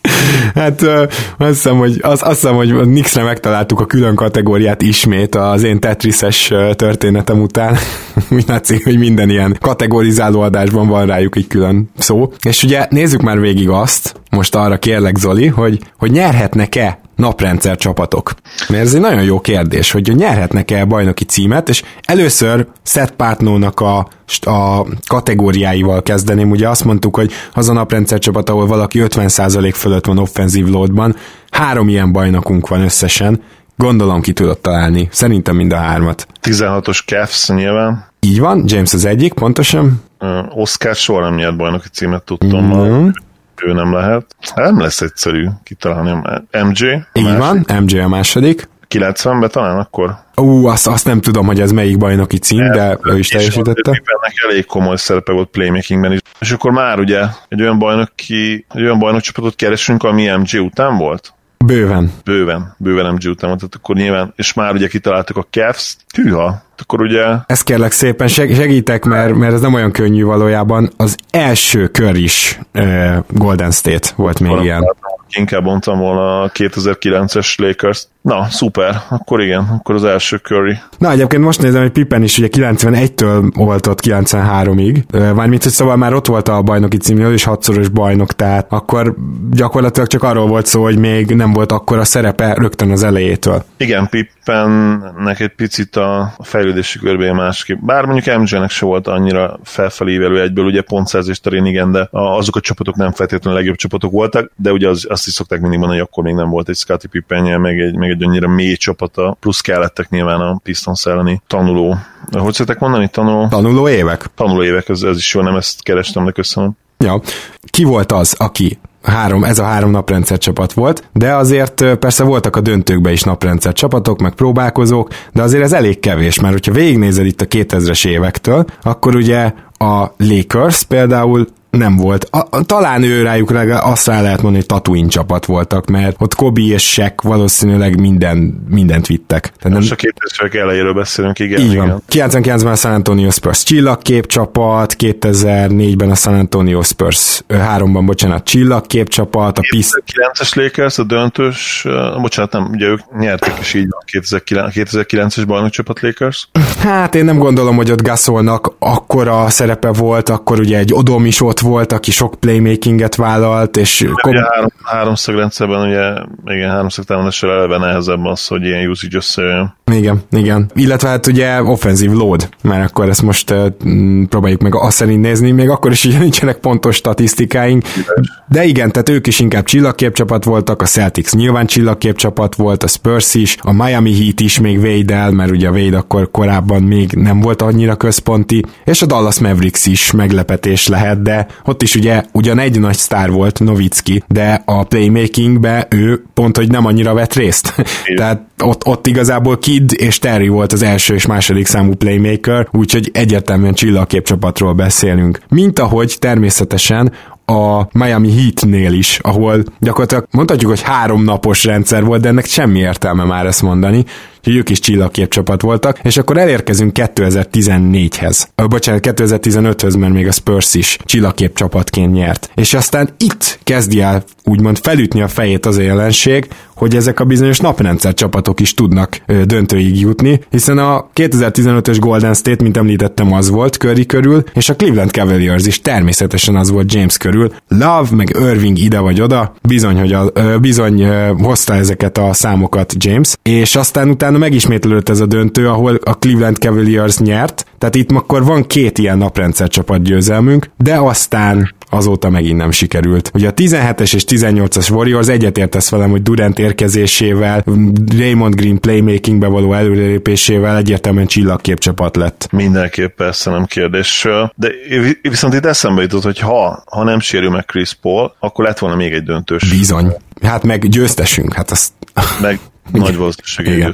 Hát azt hiszem, hogy, az, azt hiszem, hogy Nixre megtaláltuk a külön kategóriát ismét az én Tetris-es történetem után. Úgy látszik, hogy minden ilyen kategorizáló adásban van rájuk egy külön szó. És ugye nézzük már végig azt, most arra kérlek Zoli, hogy, hogy nyerhetnek-e naprendszer csapatok? Mert ez egy nagyon jó kérdés, hogy nyerhetnek-e bajnoki címet, és először Seth Partnow-nak a, a kategóriáival kezdeném. Ugye azt mondtuk, hogy az a naprendszer csapat, ahol valaki ötven százalék fölött van offenzív loadban, három ilyen bajnokunk van összesen, gondolom ki tudod találni. Szerintem mind a hármat. tizenhatos Cavs nyilván. Így van, James az egyik, pontosan. Uh, Oscar soha nem nyert bajnoki címet, tudtam. Mm-hmm. Ő nem lehet. Nem lesz egyszerű kitalálni. em jé. Így másik. Van, em jé a második. kilencvenben talán akkor? Ú, azt, azt nem tudom, hogy ez melyik bajnoki cím, de, de ő is teljesítette. Ennek elég komoly szerepe volt playmakingben is. És akkor már ugye egy olyan bajnoki, egy olyan bajnokcsapatot keresünk, ami em jé után volt? Bőven. Bőven, bőven em jé után volt, tehát akkor nyilván, és már ugye kitaláltak a Cavs, hűha, akkor ugye... Ezt kérlek szépen, segítek, mert, mert ez nem olyan könnyű valójában. Az első kör is uh, Golden State volt még Valami ilyen. Inkább mondtam volna a kétezer-kilences Lakers. Na, szuper, akkor igen, akkor az első Curry. Na, egyébként most nézem, hogy Pippen is ugye kilencvenegytől volt ott kilencvenháromig, mármint, hogy szóval már ott volt a bajnoki címnél, és hatszoros bajnok, tehát akkor gyakorlatilag csak arról volt szó, hogy még nem volt akkora szerepe rögtön az elejétől. Igen, Pippennek egy picit a fejlődési körbéje másképp. Bár mondjuk em jének se volt annyira felfelívelő egyből, ugye pontszerzés terén igen, de azok a csapatok nem feltétlenül a legjobb csapatok voltak, de ugye az, azt is szokták mindig mondani, hogy akkor még nem volt egy Scottie Pippenje, meg egy, meg egy annyira mély csapata, plusz kellettek nyilván a Pistons elleni tanuló. Hogy szokták mondani? Tanuló? Tanuló évek? Tanuló évek, ez, ez is jó, nem ezt kerestem, de köszönöm. Ja. Ki volt az, aki Három, ez a három naprendszer csapat volt, de azért persze voltak a döntőkben is naprendszer csapatok, meg próbálkozók, de azért ez elég kevés, mert hogyha végignézed itt a kétezres évektől, akkor ugye a Lakers például nem volt. A, talán ő rájuk azt rá lehet mondani, hogy Tatooine csapat voltak, mert ott Kobe és Shaq valószínűleg minden, mindent vittek. Tehát most nem... a kétezresek elejéről beszélünk, igen. Így igen. van. kilencvenkilencben a San Antonio Spurs csillagkép csapat, kétezer-négyben a San Antonio Spurs háromban, bocsánat, csillagkép csapat, a kétezer-kilences Lakers, a döntős, bocsánat, nem, ugye ők nyertek is így van, kétezer-kilences bajnokcsapat Lakers. Hát én nem gondolom, hogy ott Gasolnak akkora szerepe volt, akkor ugye egy Odom is ott volt, aki sok playmakinget vállalt, és... Kom- ugye három, háromszög rendszerben, ugye, igen, háromszög támadással eleve nehezebb az, hogy ilyen usage összejön. Igen, igen. Illetve hát ugye offenzív load, mert akkor ezt most uh, próbáljuk meg azt szerint nézni, még akkor is ugye nincsenek pontos statisztikáink, de igen, tehát ők is inkább csillagképcsapat voltak, a Celtics nyilván csillagképcsapat volt, a Spurs is, a Miami Heat is még Wade-el, mert ugye a Wade akkor korábban még nem volt annyira központi, és a Dallas Mavericks is meglepetés lehet, de ott is ugye ugyan egy nagy sztár volt, Nowitzki, de a playmakingbe ő pont, hogy nem annyira vett részt. Tehát ott, ott igazából Kidd és Terry volt az első és második számú playmaker, úgyhogy egyértelműen csillagképcsapatról beszélünk. Mint ahogy természetesen a Miami Heatnél is, ahol gyakorlatilag mondhatjuk, hogy három napos rendszer volt, de ennek semmi értelme már ezt mondani, hogy ők is csillagképcsapat voltak, és akkor elérkezünk kétezer-tizennégyhez. Ö, bocsánat, kétezer-tizenöthöz, mert még a Spurs is csillagképcsapatként nyert. És aztán itt kezdi el úgymond felütni a fejét az a jelenség, hogy ezek a bizonyos naprendszer csapatok is tudnak ö, döntőig jutni, hiszen a kétezer-tizenötös Golden State, mint említettem, az volt Curry körül, és a Cleveland Cavaliers is természetesen az volt James körül. Love, meg Irving ide vagy oda, bizony, hogy a, ö, bizony ö, hozta ezeket a számokat James, és aztán utána megismétlődött ez a döntő, ahol a Cleveland Cavaliers nyert, tehát itt akkor van két ilyen naprendszer csapat győzelmünk, de aztán azóta megint nem sikerült. Ugye a tizenhetes és tizennyolcas Warriors egyetértesz velem, hogy Durant érkezésével, Raymond Green playmakingbe való előrelépésével egyértelműen csillagképcsapat lett. Mindenképp persze, nem kérdés. De viszont itt eszembe jutott, hogy ha, ha nem sérül meg Chris Paul, akkor lett volna még egy döntős. Bizony. Hát meg győztesünk. Hát azt... Meg nagy valószínűség egy győztesünk.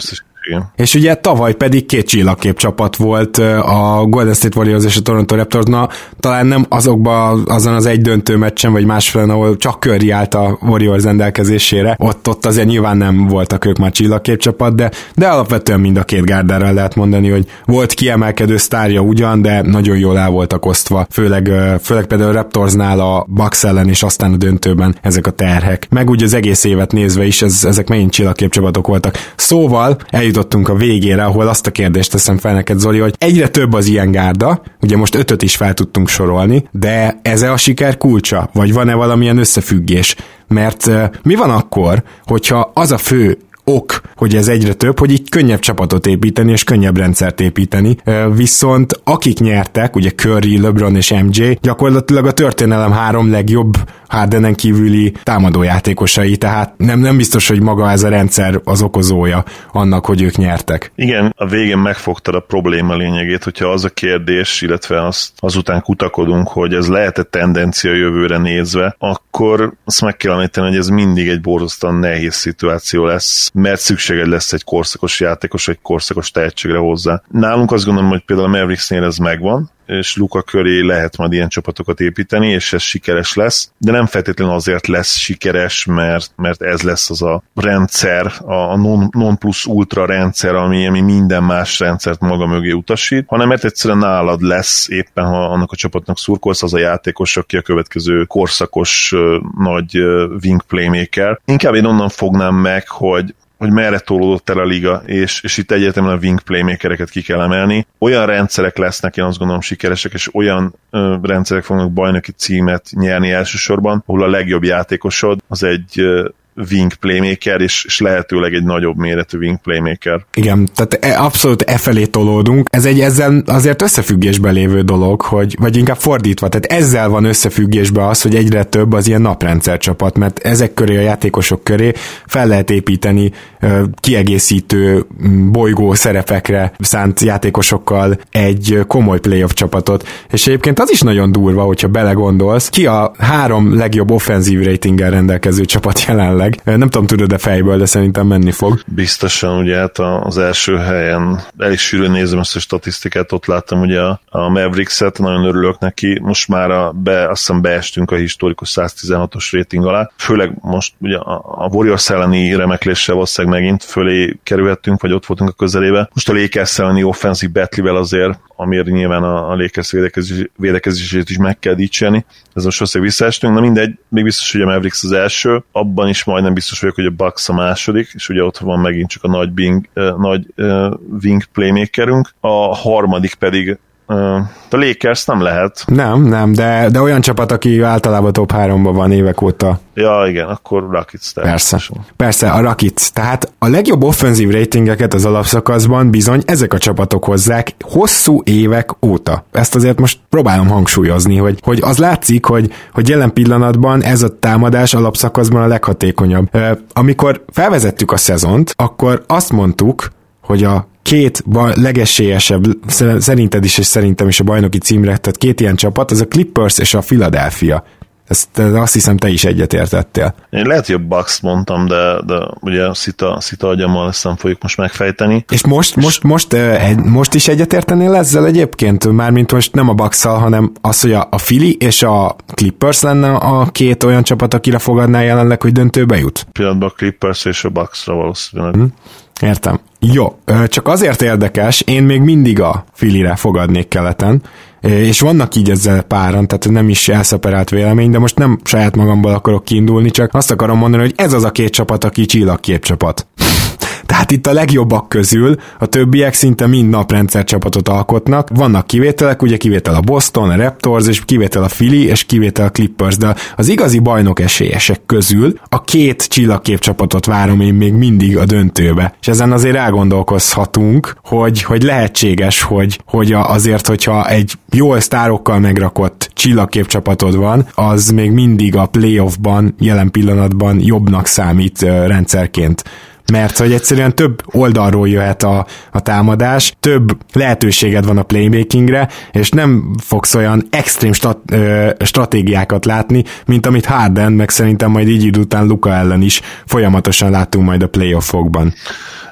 igen. És ugye tavaly pedig két csillagkép csapat volt a Golden State Warriors és a Toronto Raptors, na talán nem azokban azon az egy döntő meccsen, vagy másfélen, ahol csak Curry állt a Warriors rendelkezésére, ott, ott azért nyilván nem voltak ők már csillagkép csapat, de, de alapvetően mind a két gárdárral lehet mondani, hogy volt kiemelkedő sztárja ugyan, de nagyon jól el voltak osztva, főleg, főleg például a Raptorsnál a Bucks ellen, és aztán a döntőben ezek a terhek. Meg úgy az egész évet nézve is, ez, ezek megint csillagkép csapatok voltak. Szóval eljutottunk a végére, ahol azt a kérdést teszem fel neked, Zoli, hogy egyre több az ilyen gárda, ugye most ötöt is fel tudtunk sorolni, de ez a siker kulcsa? Vagy van-e valamilyen összefüggés? Mert uh, mi van akkor, hogyha az a fő ok, hogy ez egyre több, hogy így könnyebb csapatot építeni, és könnyebb rendszert építeni. Viszont akik nyertek, ugye Curry, LeBron és em jé, gyakorlatilag a történelem három legjobb Hardenen kívüli támadójátékosai, tehát nem, nem biztos, hogy maga ez a rendszer az okozója annak, hogy ők nyertek. Igen, a végén megfogtad a probléma lényegét, hogyha az a kérdés, illetve azt, azután kutakodunk, hogy ez lehet-e tendencia jövőre nézve, akkor azt meg kell említeni, hogy ez mindig egy borzasztóan nehéz szituáció lesz, mert szükséged lesz egy korszakos játékos, egy korszakos tehetségre hozzá. Nálunk azt gondolom, hogy például a Mavericksnél ez megvan, és Luka köré lehet majd ilyen csapatokat építeni, és ez sikeres lesz, de nem feltétlenül azért lesz sikeres, mert, mert ez lesz az a rendszer, a non, non plus ultra rendszer, ami, ami minden más rendszert maga mögé utasít, hanem mert egyszerűen nálad lesz éppen, ha annak a csapatnak szurkolsz, az a játékos, aki a következő korszakos nagy wing playmaker. Inkább én onnan fognám meg, hogy hogy merre tolódott el a liga, és, és itt egyértelműen a wing playmakereket ki kell emelni. Olyan rendszerek lesznek, én azt gondolom sikeresek, és olyan ö, rendszerek fognak bajnoki címet nyerni elsősorban, ahol a legjobb játékosod az egy ö, wing playmaker, és, és lehetőleg egy nagyobb méretű wing playmaker. Igen, tehát abszolút e felé tolódunk. Ez egy ezzel azért összefüggésben lévő dolog, hogy, vagy inkább fordítva, tehát ezzel van összefüggésben az, hogy egyre több az ilyen naprendszer csapat, mert ezek köré, a játékosok köré fel lehet építeni uh, kiegészítő bolygó szerepekre szánt játékosokkal egy komoly playoff csapatot, és egyébként az is nagyon durva, hogyha belegondolsz, ki a három legjobb offenzív ratinggel rendelkező csapat jelenleg. Nem tudom, tudod-e fejből, de szerintem menni fog. Biztosan, ugye hát az első helyen elég sűrűn nézem ezt a statisztikát, ott láttam ugye a Mavericks-et, nagyon örülök neki, most már a be, azt hiszem beestünk a historikus száztizenhatos rating alá, főleg most ugye a Warriors elleni remekléssel valószínűleg megint fölé kerülhettünk, vagy ott voltunk a közelébe. Most a Lakers elleni offensive battle-vel azért, amiért nyilván a, a Lakers védekezés, védekezését is meg kell dicsérni, ez most valószínűleg visszaestünk, na mindegy, még biztos, hogy a Mavericks az első, abban is majdnem biztos vagyok, hogy a Bucks a második, és ugye ott van megint csak a nagy, bing, uh, nagy uh, wing playmakerünk, a harmadik pedig uh, a Lakers nem lehet. Nem, nem, de, de olyan csapat, aki általában top háromban van évek óta. Ja, igen, akkor Rockets. Persze, persze, a Rockets. Tehát a legjobb offenzív ratingeket az alapszakaszban bizony ezek a csapatok hozzák hosszú évek óta. Ezt azért most próbálom hangsúlyozni, hogy, hogy az látszik, hogy, hogy jelen pillanatban ez a támadás alapszakaszban a leghatékonyabb. Amikor felvezettük a szezont, akkor azt mondtuk, hogy a két legesélyesebb, szerinted is és szerintem is a bajnoki címre, tehát két ilyen csapat, az a Clippers és a Philadelphia. Ezt azt hiszem, te is egyetértettél. Én lehet, hogy a Bucks mondtam, de, de ugye Szita, Szita agyammal ezt nem fogjuk most megfejteni. És most, és most, most, most is egyetértenél ezzel egyébként? Mármint most nem a Bucks-szal, hanem az, hogy a, a Philly és a Clippers lenne a két olyan csapat, akire fogadnál jelenleg, hogy döntőbe jut? Pillanatban a Clippers és a Bucksra valószínűleg. Hmm. Értem. Jó, csak azért érdekes, én még mindig a Phillyre fogadnék keleten, és vannak így ezzel páran, tehát nem is elszeparált vélemény, de most nem saját magamból akarok kiindulni, csak azt akarom mondani, hogy ez az a két csapat, aki csillagkép csapat. Tehát itt a legjobbak közül a többiek szinte mind naprendszer csapatot alkotnak. Vannak kivételek, ugye kivétel a Boston, a Raptors, és kivétel a Philly, és kivétel a Clippers, de az igazi bajnok esélyesek közül a két csillagkép csapatot várom én még mindig a döntőbe. És ezen azért elgondolkozhatunk, hogy, hogy lehetséges, hogy, hogy azért, hogyha egy jól sztárokkal megrakott csillagkép csapatod van, az még mindig a playoffban jelen pillanatban jobbnak számít rendszerként. Mert hogy egyszerűen több oldalról jöhet a, a támadás, több lehetőséged van a playmakingre, és nem fogsz olyan extrém stat, ö, stratégiákat látni, mint amit Harden, meg szerintem majd így idő után Luka ellen is folyamatosan látunk majd a playoffokban.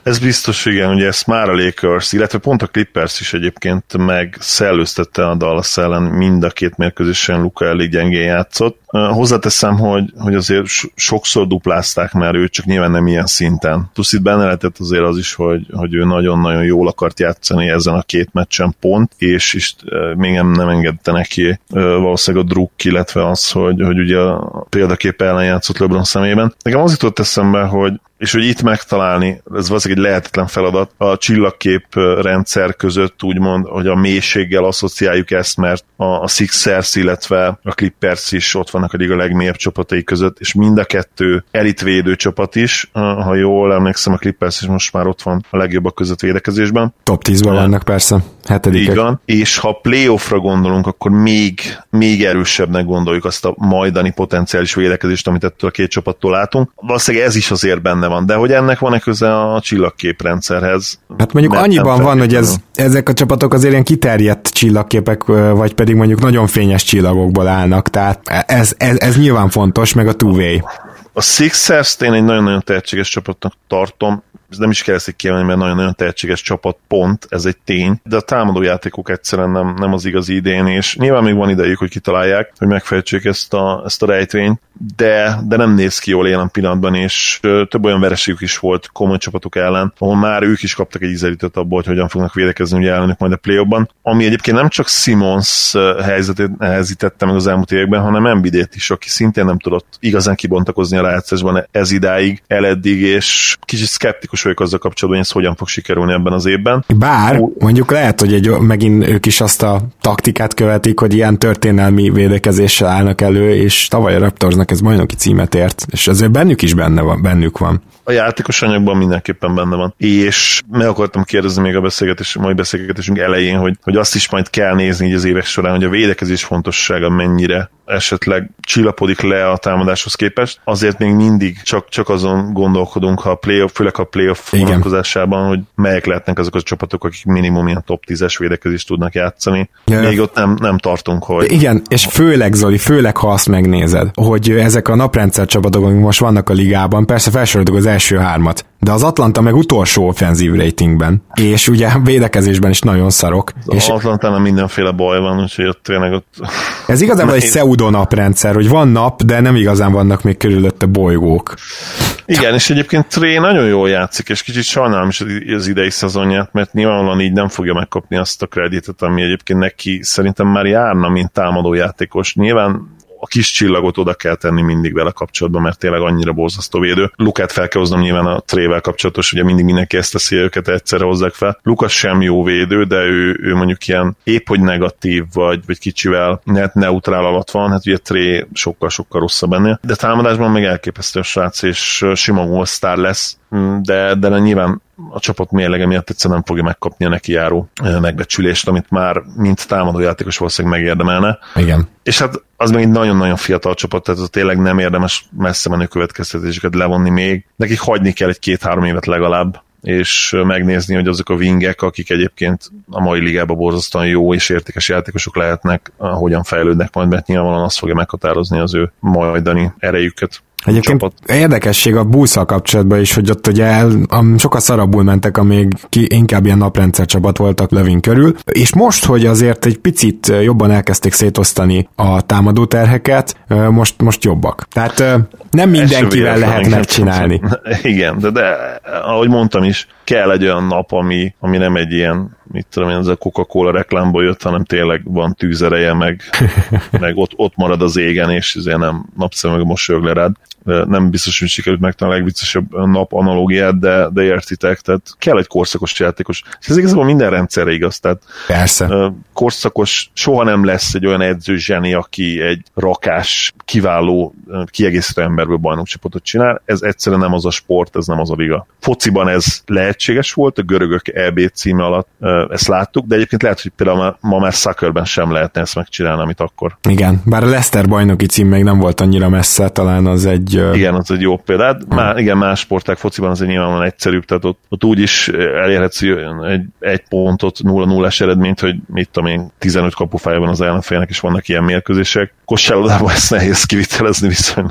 Ez biztos, igen, ugye ezt már a Lakers, illetve pont a Clippers is egyébként megszellőztette a Dallas ellen mind a két mérkőzésen, Luka elég gyengén játszott. Hozzáteszem, hogy, hogy azért sokszor duplázták már őt, csak nyilván nem ilyen szinten. Tuszit benne lehetett azért az is, hogy, hogy ő nagyon-nagyon jól akart játszani ezen a két meccsen pont, és is még nem, nem engedte neki valószínűleg a druk, illetve az, hogy, hogy ugye a példakép ellen játszott LeBron szemében. Nekem az jutott eszembe, hogy és hogy itt megtalálni, ez valószínűleg egy lehetetlen feladat, a csillagkép rendszer között úgymond, hogy a mélységgel asszociáljuk ezt, mert a Sixers, illetve a Clippers is ott vannak a liga legmélyebb csapatai között, és mind a kettő elitvédő csapat is, ha jól emlékszem, a Clippers is most már ott van a legjobbak között védekezésben. Top tízben vannak persze, hetedikek. Így van, és ha playoffra gondolunk, akkor még, még erősebbnek gondoljuk azt a majdani potenciális védekezést, amit ettől a két csapattól látunk. Valószínűleg ez is azért benne van, de hogy ennek van-e köze a csillagképrendszerhez? Hát mondjuk annyiban van, hogy ez, ezek a csapatok azért ilyen kiterjedt csillagképek, vagy pedig mondjuk nagyon fényes csillagokból állnak, tehát ez, ez, ez nyilván fontos, meg a two-way. A Sixers-t én egy nagyon-nagyon tehetséges csapatnak tartom, ez nem is kell ezt kiemelni, mert nagyon-nagyon tehetséges csapat, pont, ez egy tény, de a támadójátékok egyszerűen nem, nem az igazi idén, és nyilván még van idejük, hogy kitalálják, hogy megfejtsék ezt a, ezt a rejtvényt, de, de nem néz ki jól jelen pillanatban, és több olyan vereségük is volt komoly csapatok ellen, ahol már ők is kaptak egy ízelítőt abból, hogy hogyan fognak védekezni ugye ellenük majd a play-offban, ami egyébként nem csak Simmons helyzetét nehezítette meg az elmúlt években, hanem Embiidét is, aki szintén nem tudott igazán kibontakozni a rájátszásban ez idáig, eleddig, és kicsit szkeptikus vagyok azzal kapcsolatban, hogy ez hogyan fog sikerülni ebben az évben. Bár mondjuk lehet, hogy egy, megint ők is azt a taktikát követik, hogy ilyen történelmi védekezéssel állnak elő, és tavaly a Raptorsnak ez bajnoki címet ért, és azért bennük is benne van, bennük van. A játékos anyagban mindenképpen benne van. És meg akartam kérdezni még a beszélgetés, mai beszélgetésünk elején, hogy, hogy azt is majd kell nézni így az évek során, hogy a védekezés fontossága mennyire esetleg csillapodik le a támadáshoz képest. Azért még mindig csak, csak azon gondolkodunk, ha a playoff, főleg a playoff vonatkozásában, hogy melyek lehetnek azok a csapatok, akik minimum ilyen top tízes védekezést tudnak játszani. Ja. Még ott nem, nem tartunk, hogy... Igen, és főleg, Zoli, főleg, ha azt megnézed, hogy ezek a naprendszer csapatok, amik most vannak a ligában, persze felsoroltuk az első hármat, de az Atlanta meg utolsó offenzív ratingben, és ugye védekezésben is nagyon szarok. Az és Atlantánál mindenféle baj van, úgyhogy ott tényleg ott... Ez igazából egy pseudo-naprendszer, hogy van nap, de nem igazán vannak még körülötte bolygók. Igen, és egyébként Trey nagyon jól játszik, és kicsit sajnálom is az idei szezonját, mert nyilvánvalóan így nem fogja megkapni azt a kreditet, ami egyébként neki szerintem már járna, mint támadójátékos. Nyilván a kis csillagot oda kell tenni mindig vele kapcsolatban, mert tényleg annyira borzasztó védő. Lukát fel kell hoznom nyilván a Trével kapcsolatos, ugye mindig mindenki ezt teszi, őket egyszerre hozzák fel. Luka sem jó védő, de ő, ő mondjuk ilyen épp hogy negatív, vagy, vagy kicsivel net neutrál alatt van, hát ugye Tré sokkal-sokkal rosszabb ennél. De támadásban meg elképesztő a srác, és sima all-star lesz, de, de nyilván a csapat mérlege miatt egyszerűen nem fogja megkapni a neki járó megbecsülést, amit már mint támadójátékos valószínűleg megérdemelne. Igen. És hát az még egy nagyon-nagyon fiatal csapat, tehát az tényleg nem érdemes messze menő következtetéseket levonni még. Nekik hagyni kell egy két-három évet legalább, és megnézni, hogy azok a wingek, akik egyébként a mai ligában borzasztóan jó és értékes játékosok lehetnek, hogyan fejlődnek majd, mert nyilvánvalóan azt fogja meghatározni az ő majdani erejüket. Egyébként csapat. Érdekesség a Bulls-szal kapcsolatban is, hogy ott ugye sokkal szarabbul mentek, amíg ki, inkább ilyen naprendszer csapat voltak Lövin körül, és most, hogy azért egy picit jobban elkezdték szétosztani a támadó terheket, most, most jobbak. Tehát nem mindenkivel lehet megcsinálni. Igen, de, de ahogy mondtam is, kell egy olyan nap, ami, ami nem egy ilyen, mit tudom én, ez a Coca-Cola reklámból jött, hanem tényleg van tűzereje, meg, meg ott, ott marad az égen, és ezért nem napszemüveg mosolyog le rád. Nem biztos, hogy sikerült megtalálni a legviccesebb nap analógiát, de, de értitek, tehát kell egy korszakos játékos. És ez igazából minden rendszerre igaz, tehát persze. Korszakos soha nem lesz egy olyan edző zseni, aki egy rakás, kiváló, kiegészítő emberből bajnokcsapatot csinál. Ez egyszerűen nem az a sport, ez nem az a liga. Fociban ez lehetséges volt, a görögök é bé címe alatt ezt láttuk, de egyébként lehet, hogy például ma már soccerben sem lehetne ezt megcsinálni, amit akkor. Igen, bár a Leicester bajnoki cím még nem volt annyira messze, talán az egy igen, az egy jó példád. Már, igen, más sporták fociban azért nyilvánvalóan egyszerűbb, tehát ott, ott úgy is elérhetsz egy, egy pontot, nulla nullás eredményt, hogy mit tudom én, tizenöt kapufája van az ellenfélnek, és vannak ilyen mérkőzések. Kosárlabdában ezt nehéz kivitelezni viszonylag.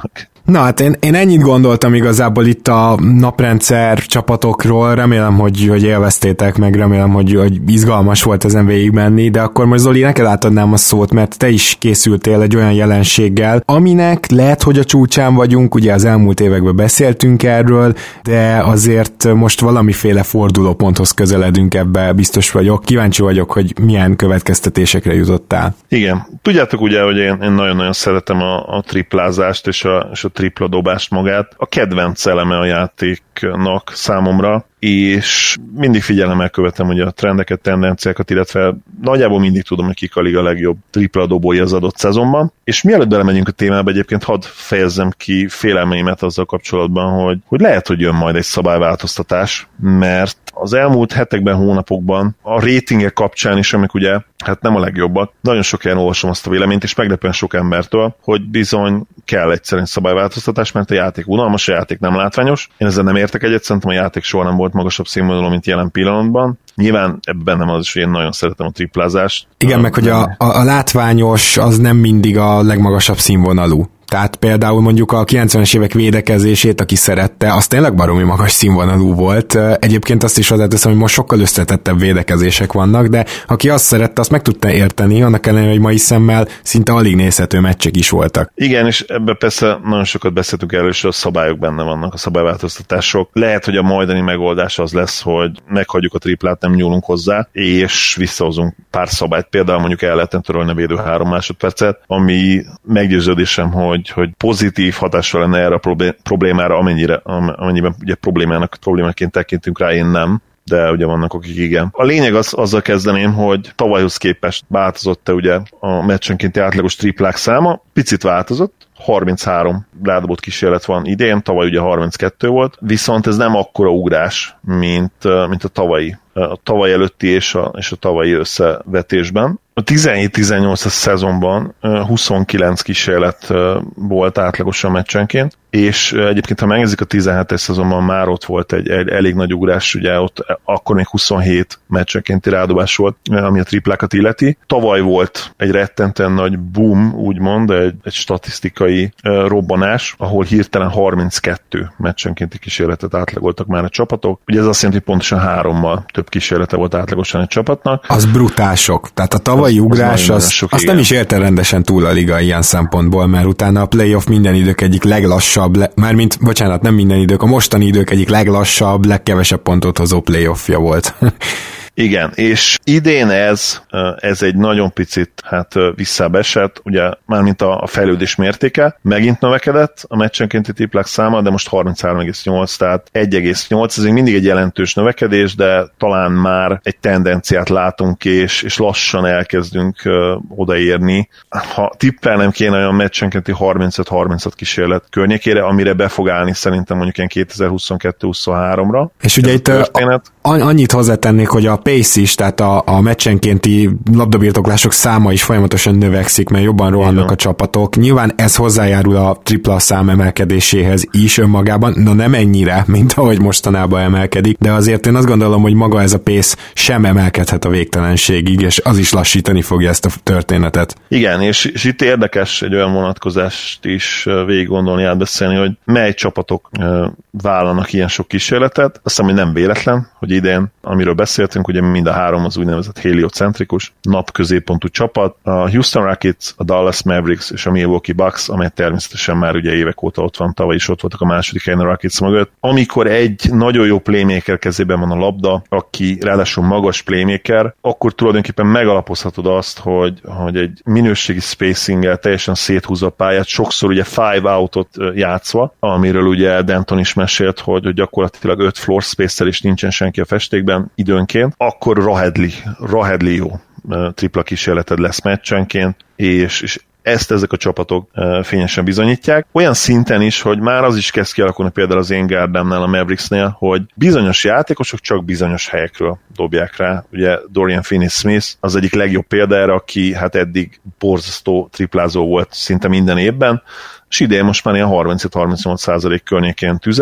Na hát én, én ennyit gondoltam igazából itt a naprendszer csapatokról, remélem, hogy, hogy élveztétek meg, remélem, hogy, hogy izgalmas volt ezen végigmenni, de akkor most Zoli, neked átadnám a szót, mert te is készültél egy olyan jelenséggel, aminek lehet, hogy a csúcsán vagyunk, ugye az elmúlt években beszéltünk erről, de azért most valamiféle fordulóponthoz közeledünk ebbe, biztos vagyok. Kíváncsi vagyok, hogy milyen következtetésekre jutottál. Igen. Tudjátok ugye, hogy én, én nagyon-nagyon szeretem a, a triplázást és a, és a tripla dobást magát. A kedvenc eleme a játéknak számomra, és mindig figyelemmel követem ugye a trendeket, tendenciákat, illetve nagyjából mindig tudom, hogy kik a liga legjobb tripla dobói az adott szezonban. És mielőtt belemegyünk a témába, egyébként hadd fejezzem ki félelmeimet azzal kapcsolatban, hogy, hogy lehet, hogy jön majd egy szabályváltoztatás, mert az elmúlt hetekben, hónapokban a ratingek kapcsán is, amik ugye hát nem a legjobbak, nagyon sok helyen olvasom azt a véleményt, és meglepően sok embertől, hogy bizony kell egyszerűen szabályváltoztatás, mert a játék unalmas, a játék nem látványos. Én ezzel nem értek egyet, szerintem a játék soha nem volt magasabb színvonalon, mint jelen pillanatban. Nyilván ebben nem az is, hogy én nagyon szeretem a triplázást. Igen, meg hogy a, a, a látványos az nem mindig a legmagasabb színvonalú. Tehát például mondjuk a kilencvenes évek védekezését, aki szerette, az tényleg baromi magas színvonalú volt. Egyébként azt is hozzáteszem, hogy most sokkal összetettebb védekezések vannak, de aki azt szerette, azt meg tudta érteni, annak ellenére, hogy mai szemmel szinte alig nézhető meccsek is voltak. Igen, és ebben persze nagyon sokat beszéltünk erről, és a szabályok benne vannak, a szabályváltoztatások. Lehet, hogy a majdani megoldás az lesz, hogy meghagyjuk a triplát, nem nyúlunk hozzá, és visszahozunk pár szabályt. Például mondjuk el lehetne törölni a védő három másodpercet, ami meggyőződésem, hogy Hogy, hogy pozitív hatással lenne erre a problémára, amennyire, amennyiben ugye problémának, problémaként tekintünk rá, én nem, de ugye vannak, akik igen. A lényeg az, azzal kezdeném, hogy tavalyhoz képest változott-e ugye a meccsenkénti átlagos triplák száma, picit változott, harminchárom rádobott kísérlet van idén, tavaly ugye harminckettő volt, viszont ez nem akkora ugrás, mint, mint a tavalyi, a tavaly előtti és a, és a tavalyi összevetésben. A tizenhét tizennyolcas szezonban huszonkilenc kísérlet volt átlagosan meccsenként, és egyébként, ha megnézzük a tizenhetes szezonban, már ott volt egy, egy elég nagy ugrás, ugye ott akkor még huszonhét meccsenkénti rádobás volt, ami a triplákat illeti. Tavaly volt egy rettentően nagy boom, úgymond, egy, egy statisztikai robbanás, ahol hirtelen harminckettő meccsenkénti kísérletet átlagoltak már a csapatok. Ugye ez azt jelenti, hogy pontosan hárommal több kísérlete volt átlagosan egy csapatnak. Az brutál sok. Tehát a tavalyi az, ugrás, az, az, sok, azt nem is érte rendesen túl a liga ilyen szempontból, mert utána a playoff minden idők egyik leglassabb, le, mármint, bocsánat, nem minden idők, a mostani idők egyik leglassabb, legkevesebb pontot hozó playoffja volt. Igen, és idén ez, ez egy nagyon picit hát visszább esett, ugye mármint a, a fejlődés mértéke, megint növekedett a meccsenkénti triplák száma, de most harminchárom egész nyolc, tehát egy egész nyolc, ez még mindig egy jelentős növekedés, de talán már egy tendenciát látunk, és, és lassan elkezdünk uh, odaérni. Ha tippelnem kéne olyan meccsenkénti harmincöt harminchat kísérlet környékére, amire be fog állni szerintem mondjuk ilyen kétezer-huszonkettő huszonháromra. És ugye itt a, annyit hozzátennék, hogy a pace is, tehát a, a meccsenkénti labdabirtoklások száma is folyamatosan növekszik, mert jobban rohannak a csapatok. Nyilván ez hozzájárul a tripla szám emelkedéséhez is önmagában, na nem ennyire, mint ahogy mostanában emelkedik, de azért én azt gondolom, hogy maga ez a pace sem emelkedhet a végtelenségig, és az is lassítani fogja ezt a történetet. Igen, és, és itt érdekes egy olyan vonatkozást is végig gondolni, átbeszélni, hogy mely csapatok vállalnak ilyen sok kísérletet. Azt hiszem, hogy nem véletlen, hogy idén, amiről beszéltünk, ugye mind a három az úgynevezett heliocentrikus, napközéppontú csapat, a Houston Rockets, a Dallas Mavericks és a Milwaukee Bucks, amely természetesen már ugye évek óta ott van, tavaly is ott voltak a második helyen a Rockets mögött. Amikor egy nagyon jó playmaker kezében van a labda, aki ráadásul magas playmaker, akkor tulajdonképpen megalapozhatod azt, hogy, hogy egy minőségi spacinggel teljesen széthúzza a pályát, sokszor ugye five outot játszva, amiről ugye Denton is mesélt, hogy, hogy gyakorlatilag öt floor space-szel is nincsen senki a festékben időnként, akkor rahedli, rahedli jó tripla kísérleted lesz meccsenként, és, és ezt ezek a csapatok fényesen bizonyítják. Olyan szinten is, hogy már az is kezd kialakulni például az én gárdámnál, a Mavericksnél, hogy bizonyos játékosok csak bizonyos helyekről dobják rá. Ugye Dorian Finney-Smith az egyik legjobb példa erre, aki hát eddig borzasztó triplázó volt szinte minden évben, és idén most már ilyen harmincöt harmincnyolc százalék környékén tüzel,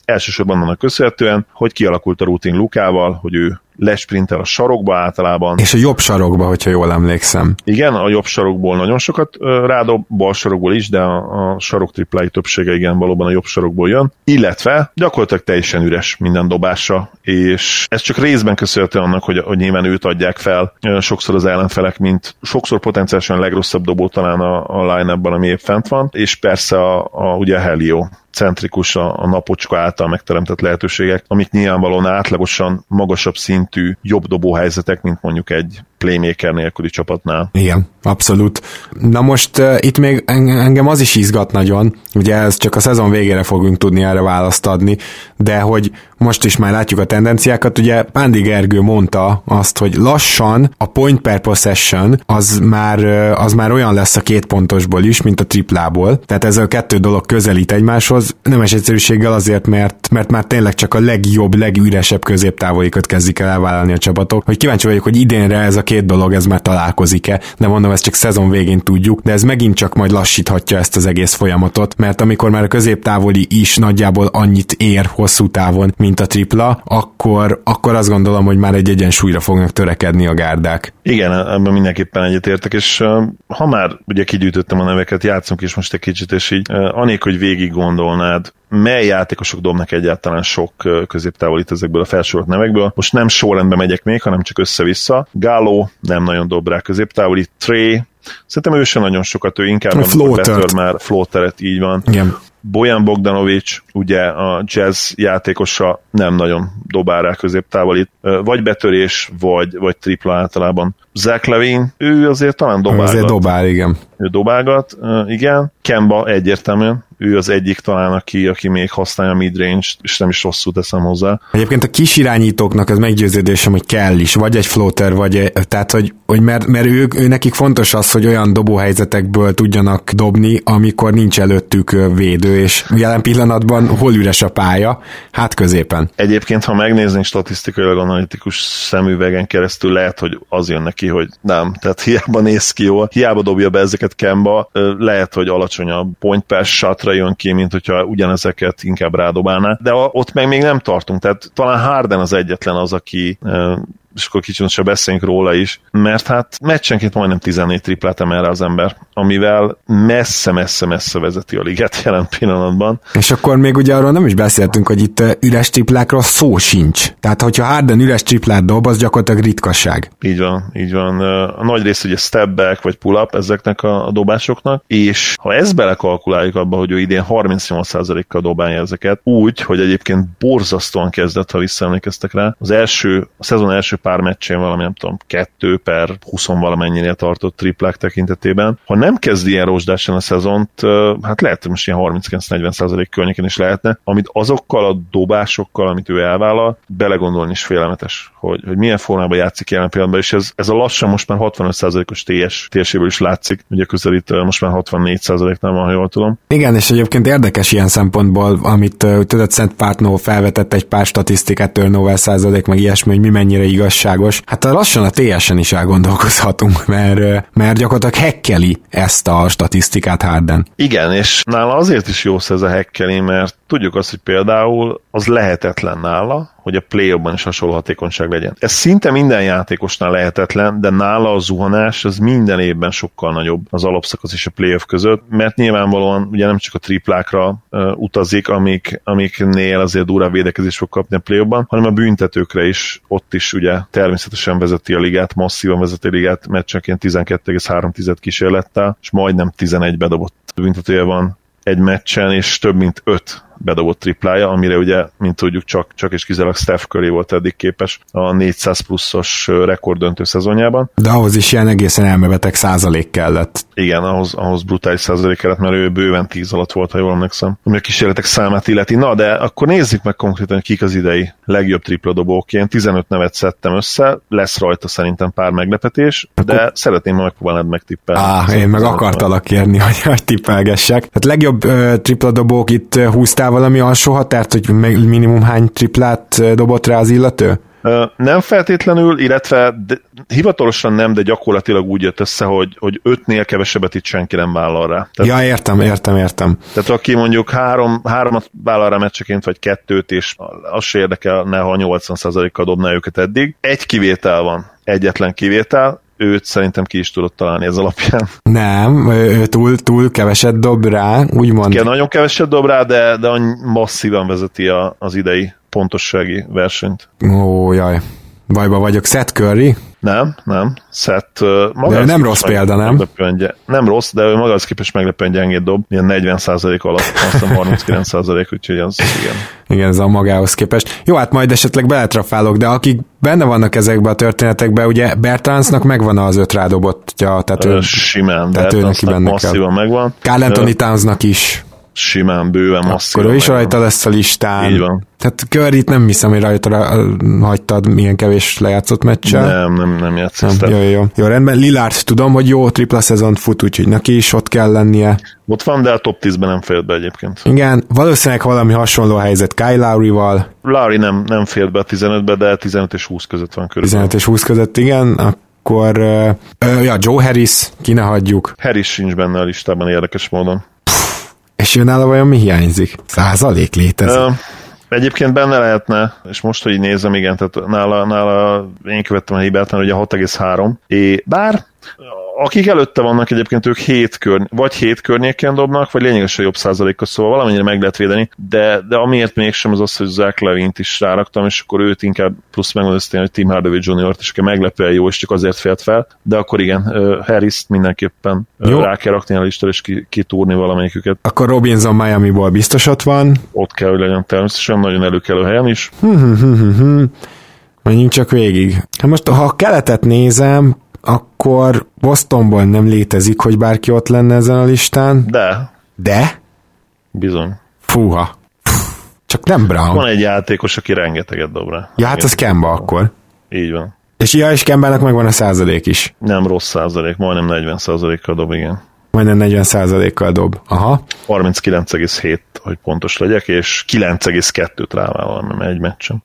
Elsősorban annak köszönhetően, hogy kialakult a routing Lukával, hogy ő lesprintel a sarokba általában. És a jobb sarokba, hogyha jól emlékszem. Igen, a jobb sarokból nagyon sokat rádob, bal sarokból is, de a, a sarok triplái többsége igen, valóban a jobb sarokból jön. Illetve gyakorlatilag teljesen üres minden dobása, és ez csak részben köszönhető annak, hogy, hogy nyilván őt adják fel sokszor az ellenfelek, mint sokszor potenciálisan a legrosszabb dobó talán a, a line-upban, ami épp fent van, és persze a, a, ugye a Helio centrikus, a, a napocska által megteremtett lehetőségek, amik nyilvánvalóan átlagosan magasabb szintű, jobb dobóhelyzetek, mint mondjuk egy playmaker nélküli csapatnál. Igen, abszolút. Na most uh, itt még engem az is izgat nagyon, ugye ez csak a szezon végére fogunk tudni erre választ adni, de hogy most is már látjuk a tendenciákat, ugye Pándi Gergő mondta azt, hogy lassan a point per possession az már, az már olyan lesz a két pontosból is, mint a triplából, tehát ez a kettő dolog közelít egymáshoz, nemes egyszerűséggel azért, mert, mert már tényleg csak a legjobb, legüresebb középtávolikat kezdik el elvállalni a csapatok, hogy kíváncsi vagyok, hogy idénre ez a két dolog, ez már találkozik-e, de mondom, ezt csak szezon végén tudjuk, de ez megint csak majd lassíthatja ezt az egész folyamatot, mert amikor már a középtávoli is nagyjából annyit ér hosszú távon, mint a tripla, akkor, akkor azt gondolom, hogy már egy egyensúlyra fognak törekedni a gárdák. Igen, ebben mindenképpen egyetértek, és uh, ha már ugye kigyűjtöttem a neveket, játszunk is most egy kicsit, és így uh, anélkül, hogy végig gondolnád, mely játékosok dobnak egyáltalán sok uh, középtávolit ezekből a felsorolt nevekből. Most nem sorrendben megyek még, hanem csak össze-vissza. Gallo nem nagyon dob rá középtávolit, Trey, szerintem ő sem nagyon sokat, ő inkább betör már floateret, így van. Igen. Bojan Bogdanovics, ugye a Jazz játékosa nem nagyon dobál rá középtávolit, vagy betörés, vagy, vagy tripla általában. Zach LaVine, ő azért talán dobálgat. Azért dobál, igen. Ő dobálgat, igen. Kemba egyértelműen, ő az egyik talán, aki, aki még használja a midrange-t, és nem is rosszul teszem hozzá. Egyébként a kis irányítóknak ez meggyőződésem, hogy kell is, vagy egy floater, vagy egy, tehát, hogy, hogy mert, mert ők, ő nekik fontos az, hogy olyan dobóhelyzetekből tudjanak dobni, amikor nincs előttük védő, és jelen pillanatban hol üres a pálya? Hát középen. Egyébként, ha megnéznénk statisztikailag analitikus szemüvegen keresztül, lehet, hogy az jön neki, hogy nem, tehát hiába néz ki jól, hiába dobja be ezeket Kemba, lehet, hogy alacsonyabb point per shotra jön ki, mint hogyha ugyanezeket inkább rádobálná, de ott meg még nem tartunk, tehát talán Harden az egyetlen az, aki és akkor kicsit sem beszéljünk róla is, mert hát meccsenként majdnem tizennégy triplát emel rá az ember, amivel messze-messze-messze vezeti a ligát jelen pillanatban. És akkor még ugye arról nem is beszéltünk, hogy itt üres triplákról szó sincs. Tehát, hogyha Harden üres triplát dob, az gyakorlatilag ritkaság. Így van, így van. A nagy rész ugye step back vagy pull up ezeknek a dobásoknak, és ha ezt belekalkuláljuk abba, hogy ő idén harmincnyolc százalékkal dobálja ezeket, úgy, hogy egyébként borzasztóan kezdett, ha visszaemlékeztek rá. Az első, a szezon első pár meccsén valami, nem tudom, kettő per húsz valamennyinél tartott triplák tekintetében. Ha nem kezd ilyen rozsdásan a szezont, hát lehet, hogy most ilyen harminckilenc-negyven százalék környéken is lehetne, amit azokkal a dobásokkal, amit ő elvállal, belegondolni is félelmetes, hogy, hogy milyen formában játszik jelen pillanatban, és ez, ez a lassan most már hatvanöt százalékos té es térségéből is látszik, ugye közelít most már hatvannégy százaléknál van, ha jól tudom. Igen, és egyébként érdekes ilyen szempontból, amit tudod, Szent Pártnó felvetett egy pár statisztikát, turnover százalék, meg ilyesmi, hogy mi mennyire igazságos. Hát lassan a té esen is elgondolkozhatunk, mert, mert gyakorlatilag hackeli ezt a statisztikát Harden. Igen, és nála azért is jó ez a hackeli, mert tudjuk azt, hogy például az lehetetlen nála, hogy a play-offban is hasonló hatékonyság legyen. Ez szinte minden játékosnál lehetetlen, de nála a zuhanás az minden évben sokkal nagyobb az alapszakasz és a play-off között, mert nyilvánvalóan ugye nem csak a triplákra uh, utazik, amik, amiknél azért durvább védekezés fog kapni a play-offban, hanem a büntetőkre is, ott is ugye természetesen vezeti a ligát, masszívan vezeti a ligát, meccsenként tizenkettő egész három kísérlettel, és majdnem tizenegy bedobott büntetője van egy meccsen, és több mint öt bedobott triplája, amire ugye, mint tudjuk, csak, csak és kizárólag Steph Curry volt eddig képes a négyszáz pluszos rekorddöntő szezonjában. De ahhoz is ilyen egészen elmebeteg százalék kellett. Igen, ahhoz, ahhoz brutális százalék kellett, mert ő bőven tíz alatt volt, ha jól emlékszem, ami a kísérletek számát illeti. Na, de akkor nézzük meg konkrétan, hogy kik az idei legjobb tripladobók. Én tizenöt nevet szedtem össze, lesz rajta szerintem pár meglepetés, de akkor... szeretném, ha megpróbálnád megtippelni. Á, én meg akartalak kérni, hogy, hogy tippelgessek. Tehát legjobb uh, tripladobók itt húztál valami alsó határt, hogy minimum hány triplát dobott rá az illető? Nem feltétlenül, illetve de, hivatalosan nem, de gyakorlatilag úgy jött össze, hogy, hogy ötnél kevesebbet itt senki nem vállal rá. Tehát, ja, értem, értem, értem. Tehát aki mondjuk három, háromat vállal rá meccseként, vagy kettőt, és az se érdekelne, ha nyolcvan százalékkal dobná őket eddig. Egy kivétel van, egyetlen kivétel, őt szerintem ki is tudott találni ez alapján. Nem, ő túl, túl keveset dob rá, úgymond. Igen, nagyon keveset dob rá, de, de masszívan vezeti a, az idei pontossági versenyt. Ó, jaj. Bajba vagyok. Seth Curry? Nem, nem. Seth uh, maga de nem rossz példa, nem? Gy- nem rossz, de ő maga az képest meglepően gyengét dob, ilyen negyven százalék alatt, azt hiszem harminckilenc százalék, úgyhogy az igen. Igen, ez a magához képest. Jó, hát majd esetleg beletrafálok, de akik benne vannak ezekben a történetekben, ugye Bertansnak megvan az öt rádobottja, tehát ő, simán, tehát ő neki benne masszívan kell. Megvan. Carl Anthony Townsnak is. Simán, bőven, masszívan. Akkor ő is rajta lesz a listán. Így van. Tehát Curryt nem hiszem, hogy rajta hagytad milyen kevés lejátszott meccsel. Nem, nem, nem játszott. Jó, jó, jó. Jó, rendben. Lillard, tudom, hogy jó tripla szezont fut, úgyhogy neki is ott kell lennie. Ott van, de a top tízben nem félt be egyébként. Igen, valószínűleg valami hasonló helyzet Kyle Lowry-val. Lowry nem, nem félt be a tizenötbe, de tizenöt és húsz között van körülbelül. tizenöt és húsz között, igen. Akkor, uh, ja, Joe Harris, ki ne hagyjuk. Harris sincs benne a listában érdekes módon. És ő nála vajon mi hiányzik? Százalék létezik? Uh, egyébként benne lehetne, és most, hogy így nézem, igen, tehát nála, nála én követtem a hibátlan, ugye hat egész három, és bár akik előtte vannak egyébként, ők hét kör, vagy hét környéken dobnak, vagy lényegesen jobb százalékkal, szóval valamennyire meg lehet védeni, de, de amiért mégsem az az, hogy Zach Levint is ráraktam, és akkor őt inkább plusz megmondoztam, hogy Tim Hardaway juniort, és akkor meglepően jó, és csak azért félt fel, de akkor igen, Harris-t mindenképpen jó. Rá kell rakni a listára, és kitúrni valamelyiküket. Akkor Robinson Miamiból biztos ott van. Ott kell, hogy legyen természetesen, nagyon előkelő helyen is. Menjünk csak végig. Hát most, ha a keletet nézem, akkor Bostonból nem létezik, hogy bárki ott lenne ezen a listán. De. De? Bizony. Fúha. Csak nem Brown. Van egy játékos, aki rengeteget dob rá. Ja, hát az Kemba akkor. Így van. És ja, és Kembának megvan a százalék is. Nem rossz százalék, majdnem negyven százalékkal dob, igen. Majdnem negyven százalékkal dob. Aha. harminckilenc egész hét, hogy pontos legyek, és kilenc egész kettőt rávállalom egy meccsen.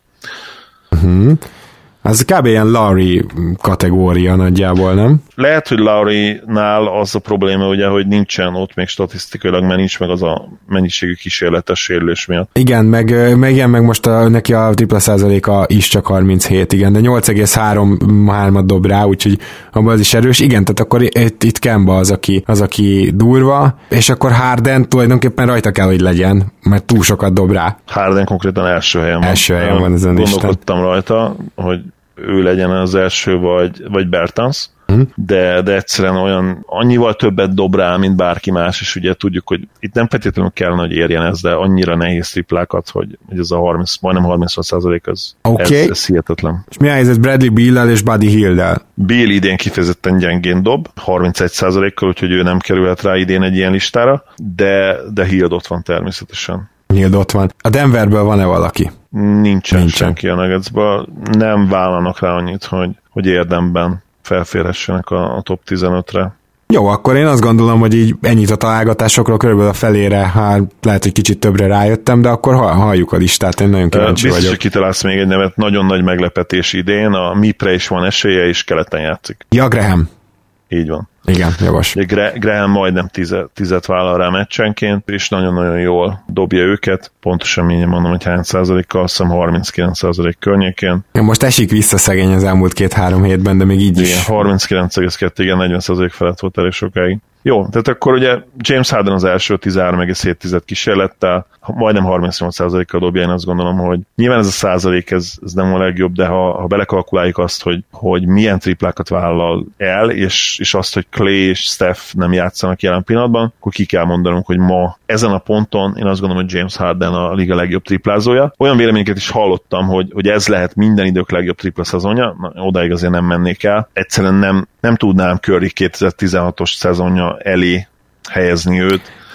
Uh-huh. Az kb. Ilyen Lowry kategória nagyjából, nem? Lehet, hogy Lowry-nál az a probléma, ugye, hogy nincsen ott még statisztikailag, mert nincs meg az a mennyiségű kísérletes sérülés miatt. Igen, meg, meg, igen, meg most a, neki a tripla százaléka is csak harminchét, igen, de nyolc egész három dob rá, úgyhogy abban az is erős. Igen, tehát akkor itt, itt Kemba az aki, az, aki durva, és akkor Harden tulajdonképpen rajta kell, hogy legyen, mert túl sokat dob rá. Harden konkrétan első helyen van. Első helyen van ezen listán. Gondolkodtam rajta, hogy ő legyen az első, vagy, vagy Bertans, hmm. de, de egyszerűen olyan annyival többet dob rá, mint bárki más, és ugye tudjuk, hogy itt nem feltétlenül kellene, hogy érjen ez, de annyira nehéz triplákat, hogy, hogy ez a harminc, majdnem harminchat százalék az okay. ez, ez hihetetlen. És mi a helyzet Bradley Beal-lel és Buddy Hield-el? Beal idén kifejezetten gyengén dob, harmincegy százalékkal, úgyhogy ő nem kerülhet rá idén egy ilyen listára, de, de Hield ott van természetesen. Hield ott van. A Denverből van-e valaki? Nincsen, Nincsen. senki a Nuggetsből. Nem vállalnak rá annyit, hogy, hogy érdemben felférhessenek a, a top tizenötre. Jó, akkor én azt gondolom, hogy így ennyit a találgatásokról, körülbelül a felére, hát lehet, hogy kicsit többre rájöttem, de akkor halljuk a listát, én nagyon kíváncsi Biztos, vagyok. hogy kitalálsz még egy nevet, nagyon nagy meglepetés idén, a Mipre is van esélye, és keleten játszik. Ja, Graham. Így van. Igen, jogos. Graham majdnem tizet, tizet vállal rá meccsenként, és nagyon-nagyon jól dobja őket. Pontosan mindjárt mondom, hogy hány százalékkal, azt hiszem harminckilenc százalék környékén. Ja, most esik vissza szegény az elmúlt két-három hétben, de még így igen, is. harminckilenc egész kettő, igen, negyven százalék felett volt elég sokáig. Jó, tehát akkor ugye James Harden az első tizenhárom egész hét kísérlettel, majdnem harmincnyolc százalékkal dobja, én azt gondolom, hogy nyilván ez a százalék, ez, ez nem a legjobb, de ha, ha belekalkuláljuk azt, hogy, hogy milyen triplákat vállal el, és, és azt, hogy Clay és Steph nem játszanak jelen pillanatban, akkor ki kell mondanunk, hogy ma ezen a ponton én azt gondolom, hogy James Harden a liga legjobb triplázója. Olyan véleményeket is hallottam, hogy, hogy ez lehet minden idők legjobb tripla szezonja, na, odáig azért nem mennék el. Egyszerűen nem, nem tudnám Curry kétezer-tizenhatos szezonja elé helyezni őt.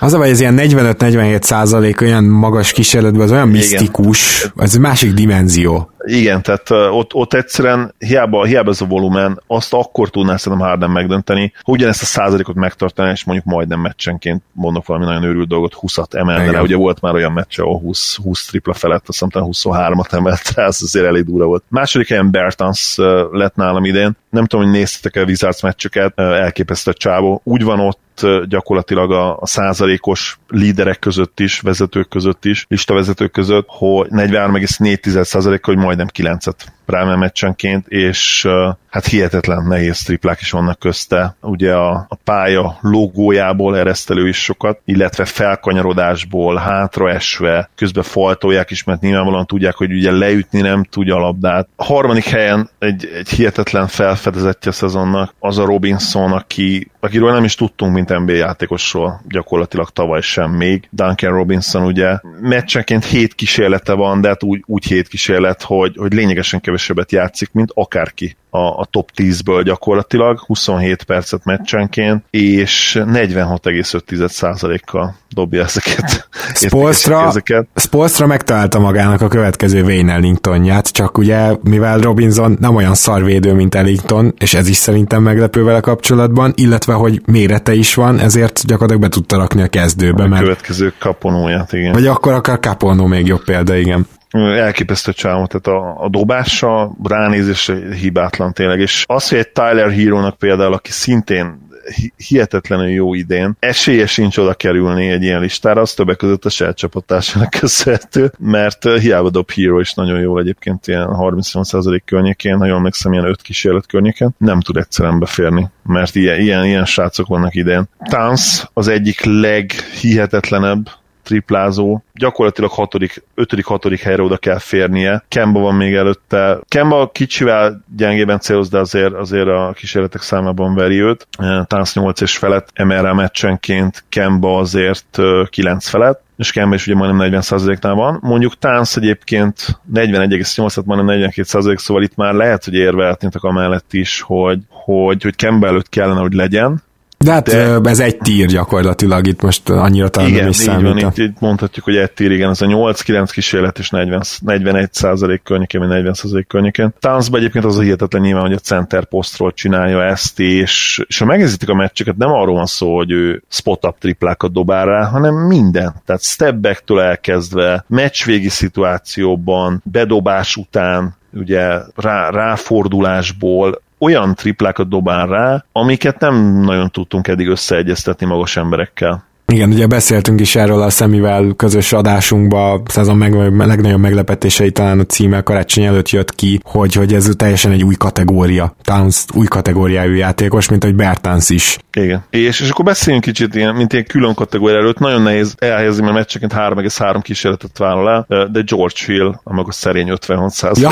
Az a baj, ez ilyen negyvenöt-negyvenhét százalék olyan magas kísérletben, az olyan misztikus, ez másik dimenzió. Igen, tehát ott, ott egyszerűen hiába, hiába ez a volumen, azt akkor tudná szerintem Harden megdönteni, hogy ugyanezt a százalékot megtartani, és mondjuk majdnem meccsenként mondok valami nagyon őrült dolgot, húszat emelne rá. Ugye volt már olyan meccse, ahol húsz, húsz tripla felett, azt hiszem huszonhármat emelt rá, ez azért elég durva volt. Második helyen Bertans lett nálam idén. Nem tudom, hogy néztetek el Wizards meccseket, elképesztő a csávó. Úgy van ott gyakorlatilag a, a százalékos líderek között is, vezetők között is, listavezetők között, hogy negyvenhárom egész négy százalékkal, hogy majdnem kilencet rámel meccsenként, és uh, hát hihetetlen nehéz triplák is vannak közte. Ugye a, a pálya logójából eresztelő is sokat, illetve felkanyarodásból, hátraesve, közben faltolják is, mert nyilvánvalóan tudják, hogy ugye leütni nem tudja a labdát. A harmadik helyen egy, egy hihetetlen felfedezetje a szezonnak az a Robinson, aki, akiről nem is tudtunk, mint en bé á játékosról, gyakorlatilag tavaly sem még. Duncan Robinson ugye meccsenként hét kísérlete van, de hát úgy, úgy hét kísérlet, hogy, hogy lényegesen kevesebbet játszik, mint akárki a, a top tízből gyakorlatilag, huszonhét percet meccsenként, és negyvenhat egész öt százalékkal dobja ezeket. Spolstra, Spolstra megtalálta magának a következő Wayne Ellingtonját, csak ugye, mivel Robinson nem olyan szarvédő, mint Ellington, és ez is szerintem meglepő vele kapcsolatban, illetve, hogy mérete is van, ezért gyakorlatilag be tudta rakni a kezdőbe. A mert... következő Kaponóját, igen. Vagy akkor akár Kaponó még jobb példa, igen. Elképesztő csávó, tehát a, a dobása, ránézés hibátlan tényleg, és az, hogy egy Tyler Hero-nak például, aki szintén hihetetlenül jó idén, esélye sincs oda kerülni egy ilyen listára, az többek között a saját csapattársának köszönhető, mert hiába dob Hero is nagyon jó egyébként ilyen harmincnyolc százalék környékén, ha jól megszem, ilyen öt kísérlet környéken, nem tud egyszerűen beférni, mert ilyen, ilyen, ilyen srácok vannak idén. Towns az egyik leghihetetlenebb triplázó, gyakorlatilag hatodik, ötödik, hatodik helyre oda kell férnie. Kemba van még előtte. Kemba kicsivel gyengében céloz, de azért, azért a kísérletek számában veri őt. Towns nyolc és felett emel rá meccsenként, Kemba azért kilenc felett, és Kemba is ugye majdnem negyven százaléknál van. Mondjuk Towns egyébként negyvenegy egész nyolc, tehát majdnem negyvenkét százalék, szóval itt már lehet, hogy érvelhetnétek amellett is, hogy, hogy, hogy Kemba előtt kellene, hogy legyen. De hát de, ez egy tír gyakorlatilag, itt most annyira talán nem is számít. Igen, így van, itt, itt mondhatjuk, hogy egy tír, igen, ez a nyolc-kilenc kísérlet és negyven, negyvenegy százalék környékén, vagy negyven százalék környékén. Townsban egyébként az a hihetetlen nyilván, hogy a center posztról csinálja ezt, és, és ha megnézitek a meccseket, nem arról van szó, hogy ő spot-up triplákat dobál rá, hanem minden. Tehát step back-től elkezdve, meccsvégi szituációban, bedobás után, ugye rá, ráfordulásból, olyan triplákat dobál rá, amiket nem nagyon tudtunk eddig összeegyeztetni magas emberekkel. Igen, ugye beszéltünk is erről a Szemivel közös adásunkban, a szezon meg, legnagyobb meglepetései talán a címmel karácsony előtt jött ki, hogy, hogy ez teljesen egy új kategória. Towns új kategóriájú játékos, mint hogy Bertans is. Igen. És, és akkor beszéljünk kicsit ilyen, mint ilyen külön kategória előtt. Nagyon nehéz elhelyezni, mert meccseként három egész három kísérletet vállal el, de George Hill, a maga szerény ötvenhat százalék.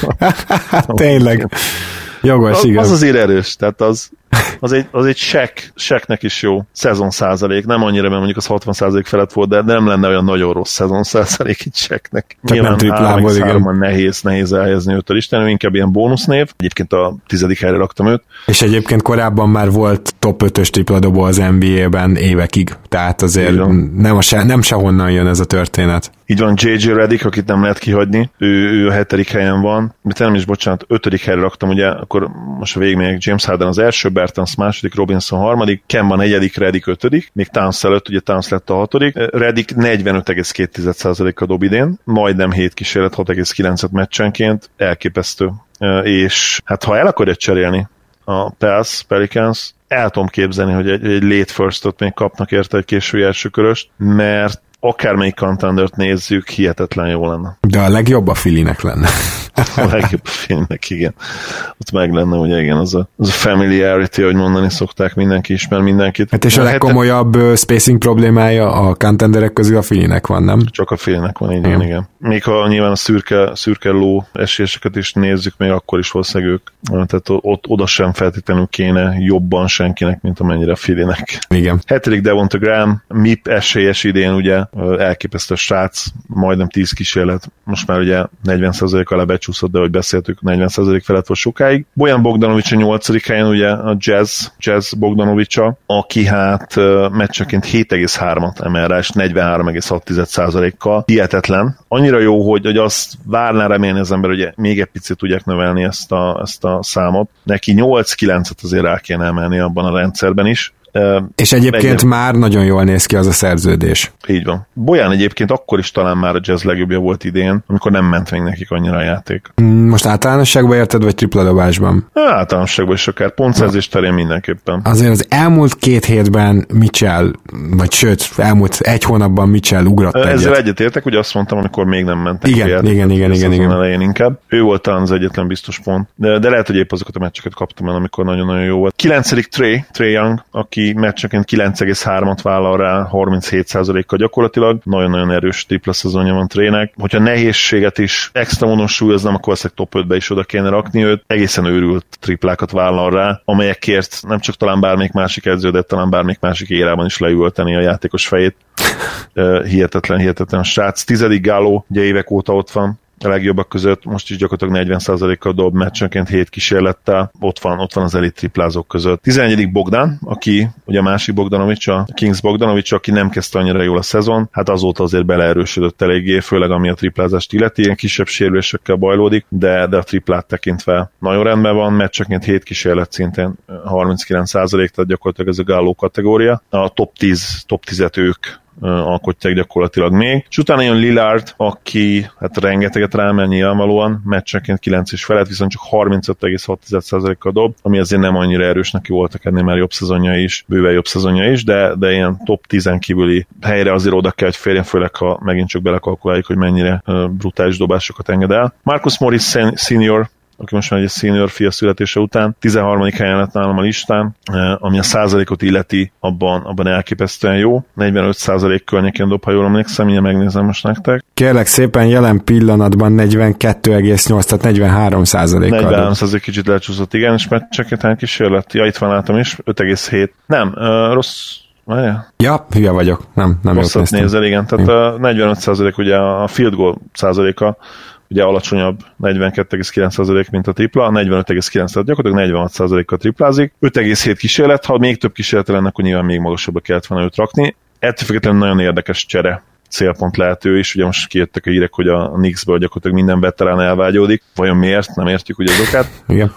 Ja, tényleg. Jogos, az, igaz. Az azért erős, tehát az, az egy, az egy sek, seknek is jó szezon százalék, nem annyira, mert mondjuk az hatvan százalék felett volt, de nem lenne olyan nagyon rossz szezon százalék egy seknek. Csak nyilván nem triplából, igen. Nehéz, nehéz elhelyezni őt a listán, inkább ilyen bónusznév, egyébként a tizedik helyre raktam őt. És egyébként korábban már volt top ötös tripladobó az en bé á-ben évekig, tehát azért nem, a se, nem sehonnan jön ez a történet. Így van, jé jé Redick, akit nem lehet kihagyni, ő, ő a hetedik helyen van, mit nem is, bocsánat, ötödik helyre raktam, ugye, akkor most a végigmegyek, James Harden az első, Bertans második, Robinson harmadik, Kemba negyedik, Redick ötödik, még Towns előtt, ugye Towns lett a hatodik, Redick negyvenöt egész két százalékkal dob idén, majdnem hét kísérlet, hat egész kilenc meccsenként, elképesztő. És hát ha el akarja cserélni a Pels, Pelicans, el tudom képzelni, hogy egy, egy late firstot még kapnak érte egy késői elsőköröst, mert akármelyik contendert nézzük, hihetetlen jó lenne. De a legjobb a Phillynek lenne. A legjobb a Phillynek, igen. Ott meg lenne, ugye igen, az a, az a familiarity, hogy mondani szokták, mindenki ismer mindenkit. Hát és a legkomolyabb hete... spacing problémája a contenderek közül a Phillynek van, nem? Csak a Phillynek van, így igen. igen. Még ha nyilván a szürke, szürke ló esélyeseket is nézzük, még akkor is valószínűleg ők. Tehát ott oda sem feltétlenül kéne jobban senkinek, mint amennyire a Phillynek. Igen. Hetedik Devonta Graham, em i pé esélyes idén, ugye elképesztő srác, majdnem tíz kísérlet, most már ugye negyven százalék alá becsúszott, de ahogy beszéltük, negyven százalék felett volt sokáig. Bojan Bogdanovics a nyolcadik helyen, ugye a Jazz, Jazz Bogdanovicsa, aki hát meccseként hét egész hármat emel rá, és negyvenhárom egész hat százalékkal. Hihetetlen. Annyira jó, hogy, hogy azt várná remélni az ember, hogy még egy picit tudják növelni ezt a, ezt a számot. Neki nyolc kilencet azért rá kéne emelni abban a rendszerben is. És egyébként Megyen... már nagyon jól néz ki az a szerződés. Így van. Bolyán egyébként akkor is talán már a Jazz legjobbja volt idén, amikor nem ment még nekik annyira a játék. Most általánosságban érted, vagy tripladobásban? Általánosságban is akár, pontszerzés terén mindenképpen. Azért az elmúlt két hétben Mitchell, vagy sőt, elmúlt egy hónapban Mitchell ugrott egyet. Ezzel egyetértek, ugye azt mondtam, amikor még nem mentek. Igen, játék, igen, igen, igen, igen. Elején inkább. Ő volt talán az egyetlen biztos pont. De, de lehet, hogy épp azokat a meccseket kaptam el, amikor nagyon-nagyon jó volt. kilencedik Trae, Trae Young, aki meccseként kilenc egész hármat vállal rá, harminchét százalékkal gyakorlatilag. Nagyon-nagyon erős tripla szezonja van Trae-nek. Hogyha nehézséget is extra módon súlyoznám, akkor valószínűleg top ötbe is oda kéne rakni őt. Egészen őrült triplákat vállal rá, amelyekért nem csak talán bármelyik másik edző, de talán bármelyik másik érában is leülteni a játékos fejét. Hihetetlen, hihetetlen a srác. Tizedik Gallo, ugye évek óta ott van a legjobbak között, most is gyakorlatilag negyven százalékkal dob, meccsenként hét kísérlettel, ott van, ott van az elit triplázók között. tizenegyedik Bogdan, aki ugye a másik Bogdanovics, a Kings Bogdanovics, aki nem kezdte annyira jól a szezon, hát azóta azért beleerősödött eléggé, főleg ami a triplázást illeti, ilyen kisebb sérülésekkel bajlódik, de, de a triplát tekintve nagyon rendben van, meccsenként hét kísérlet szintén harminckilenc százalék, tehát gyakorlatilag ez a Gallo kategória. A top tíz, top tízet ők alkotják gyakorlatilag még. És utána jön Lillard, aki hát rengeteget rámel nyilvánvalóan, meccsenként kilenc és felett, viszont csak harmincöt egész hat százalékkal dob, ami azért nem annyira erős, neki voltak ennél már jobb szezonja is, bőven jobb szezonja is, de, de ilyen top tízen kívüli helyre azért oda kell, hogy férjen, főleg ha megint csak belekalkuláljuk, hogy mennyire brutális dobásokat enged el. Marcus Morris senior, aki most már egy senior fia születése után, tizenharmadik helyen lett nálam a listán, ami a százalékot illeti, abban, abban elképesztően jó. negyvenöt százalék környékén dob, ha jól emlékszem, mindjárt megnézem most nektek. Kérlek szépen, jelen pillanatban negyvenkettő egész nyolc, tehát negyvenhárom százalékkal. negyvenhárom százalék kicsit lecsúszott, igen, és meccseket hány kísérlet? Ja, itt van látom is, öt egész hét. Nem, uh, rossz. Várjál? Ja, hülye vagyok. Nem, nem jót néztem. Nézel, igen. Tehát a negyvenöt százalék ugye a field goal százaléka, ugye alacsonyabb negyvenkettő egész kilenc százalék, mint a tripla, a negyvenöt egész kilenc, tehát gyakorlatilag negyvenhat százalékkal triplázik, öt egész hét kísérlet, ha még több kísérlet lenne, akkor nyilván még magasabbra kellett volna őt rakni. Ettől függetlenül nagyon érdekes csere célpont lehet ő is, ugye most kijöttek a hírek, hogy a Knicksből gyakorlatilag minden veterán elvágyódik, vajon miért, nem értjük ugye az okát. Igen.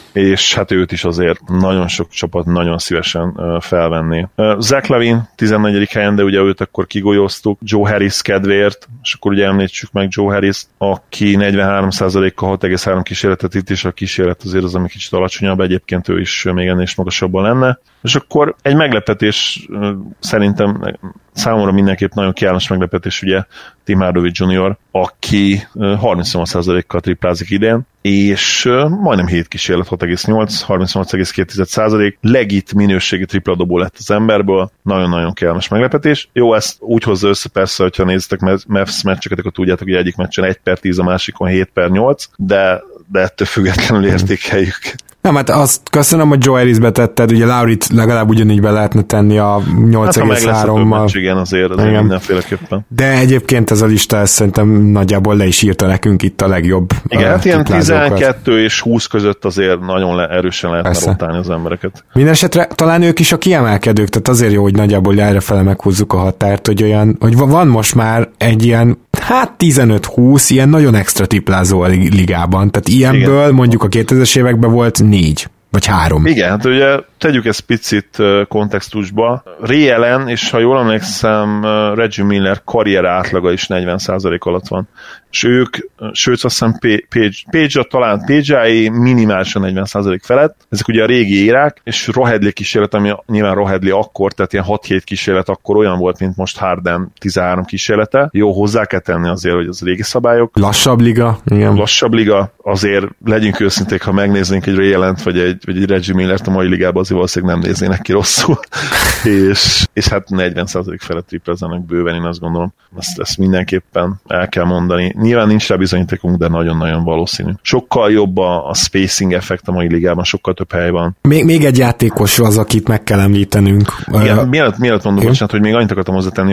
És hát őt is azért nagyon sok csapat nagyon szívesen uh, felvenné. Uh, Zach Lavin tizennegyedik helyen, de ugye őt akkor kigolyoztuk, Joe Harris kedvéért, és akkor ugye említsük meg Joe Harris, aki negyvenhárom százalékkal hat egész három kísérletet itt, és a kísérlet azért az, ami kicsit alacsonyabb, egyébként ő is még ennél is magasabban lenne. És akkor egy meglepetés, uh, szerintem számomra mindenképp nagyon kellemes meglepetés, ugye Tim Hardaway junior, aki uh, harmincnyolc százalékkal triplázik idén, és uh, majdnem hét kísérlet, hat egész nyolc, harmincnyolc egész két százalék, legit minőségi tripladobó lett az emberből, nagyon-nagyon kellemes meglepetés. Jó, ezt úgy hozza össze persze, hogyha néztek Mavs meccseket, akkor tudjátok, hogy egyik meccsen egy per tíz, a másikon hét per nyolc, de, de ettől függetlenül értékeljük. Nem, hát azt köszönöm, hogy Joe Harrisbe tetted, ugye Laurit legalább ugyanígy be lehetne tenni a nyolc egész hárommal. Hát, igen, azért, azért mindenféleképpen. De egyébként ez a lista, ez szerintem nagyjából le is írta nekünk itt a legjobb. Igen, hát ilyen tizenkettő és húsz között azért nagyon le, erősen lehetne rotálni az embereket. Mindenesetre talán ők is a kiemelkedők, tehát azért jó, hogy nagyjából errefele meghúzzuk a határt, hogy olyan, hogy van most már egy ilyen, hát tizenöt-húsz ilyen nagyon extra triplázó a ligában, tehát ilyenből igen. Mondjuk a kétezres években volt négy, vagy három. Igen, hát ugye tegyük ezt picit kontextusba. Ray Allen, és ha jól emlékszem, Reggie Miller karrier átlaga is negyven százalék alatt van. És ők, sőt azt hiszem Page, Page talán Page-áé minimálisan negyven százalék felett. Ezek ugye a régi érák, és Rohedli kísérlet, ami nyilván Rohedli akkor, tehát ilyen hat-hét kísérlet akkor olyan volt, mint most Harden tizenhárom kísérlete. Jó, hozzá kell tenni azért, hogy az régi szabályok. Lassabb liga. Igen. Lassabb liga. Azért legyünk őszinték, ha megnéznénk egy Ray Allent, vagy egy, vagy egy Reggie Millert a mai ligában, azért valószínűleg nem néznének ki rosszul. és, és hát negyven százalék felett triplázának bőven, én azt gondolom. Ezt, ezt mindenképpen el kell mondani. Nyilván nincs rá bizonyítékunk, de nagyon-nagyon valószínű. Sokkal jobb a, a spacing effekt a mai ligában, sokkal több hely van. Még, még egy játékos az, akit meg kell említenünk. Igen, uh, mielőtt, mielőtt mondom, bocsánat, hogy még annyit akartam hozzátenni, hogy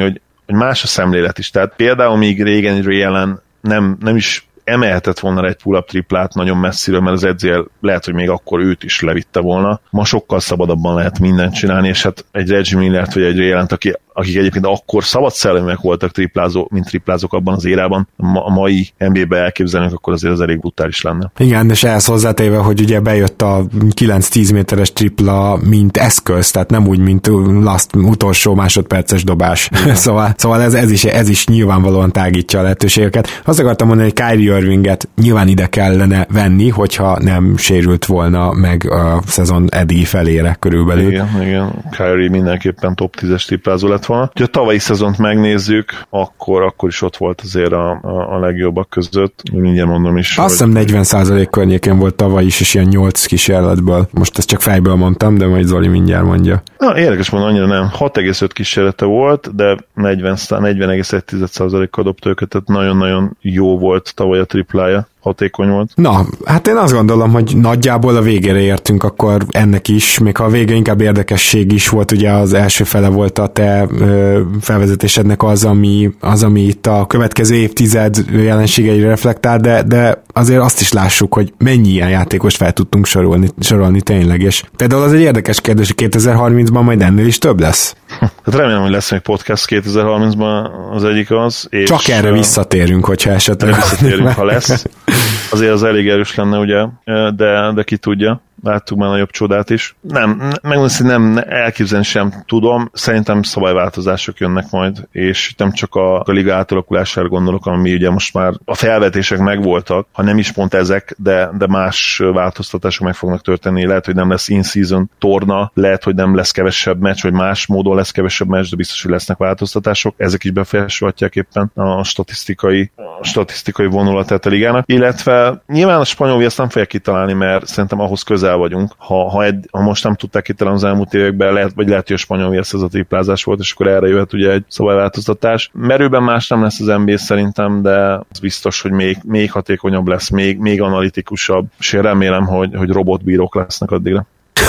hogy más a szemlélet is. Tehát például még régen Ray Allen nem, nem is emelhetett volna egy pull-up triplát nagyon messziről, mert az edzél lehet, hogy még akkor őt is levitte volna. Ma sokkal szabadabban lehet mindent csinálni, és hát egy Reggie Millert vagy egy Ray Allent, aki akik egyébként akkor szabad szellemek voltak triplázó, mint triplázók abban az érában, a mai en bé á-be elképzelünk, akkor azért az elég brutális lenne. Igen, és ehhez hozzátéve, hogy ugye bejött a kilenc-tíz méteres tripla, mint eszköz, tehát nem úgy, mint last, utolsó másodperces dobás. szóval szóval ez, ez, is, ez is nyilvánvalóan tágítja a lehetőségeket. Azt akartam mondani, hogy Kyrie Irvinget nyilván ide kellene venni, hogyha nem sérült volna meg a szezon eddigi felére körülbelül. Igen, igen. Kyrie mindenképpen top tízes triplázó lett volna. Ha a tavalyi szezont megnézzük, akkor, akkor is ott volt azért a, a, a legjobbak között. Mindjárt mondom is. Azt hiszem negyven százalék környékén volt tavaly is, és ilyen nyolc kísérletből. Most ezt csak fejből mondtam, de majd Zoli mindjárt mondja. Na, érdekes mondom, annyira nem. hat egész öt kísérlete volt, de negyven egész egy százalékkal dobta őket, tehát nagyon-nagyon jó volt tavaly a triplája. Hatékony volt. Na, hát én azt gondolom, hogy nagyjából a végére értünk akkor ennek is, még ha a vége inkább érdekesség is volt, ugye az első fele volt a te ö, felvezetésednek az, ami, az, ami itt a következő évtized jelenségeire reflektál, de, de azért azt is lássuk, hogy mennyi ilyen játékost fel tudtunk sorolni, sorolni tényleg, és például az egy érdekes kérdés, hogy kétezer-harmincban majd ennél is több lesz. Hát remélem, hogy lesz még podcast kétezer-harmincban az egyik az. És csak erre visszatérünk, hogyha esetleg. Visszatérünk, ha lesz. Azért az elég erős lenne, ugye, de, de ki tudja. Láttuk már nagyobb csodát is. Nem, megmondom, hogy nem elképzelni sem tudom. Szerintem szabályváltozások jönnek majd, és nem csak a, a liga átalakulására gondolok, ami ugye most már a felvetések megvoltak, ha nem is pont ezek, de, de más változtatások meg fognak történni. Lehet, hogy nem lesz in-season torna, lehet, hogy nem lesz kevesebb meccs, vagy más módon lesz kevesebb meccs, de biztos, hogy lesznek változtatások. Ezek is befolyásolhatják éppen a statisztikai, a statisztikai vonulatát a ligának. Illetve nyilván a spanyol viaszt nem fogják kitalálni, mert szerintem ahhoz közel vagyunk. Ha, ha, egy, ha most nem tudták kitalálni az elmúlt években, lehet, vagy lehet, hogy a spanyol viasz ez a triplázás volt, és akkor erre jöhet ugye egy szabályváltoztatás. Merőben más nem lesz az en bé á szerintem, de az biztos, hogy még, még hatékonyabb lesz, még, még analitikusabb, és én remélem, hogy, hogy robotbírók lesznek addigra.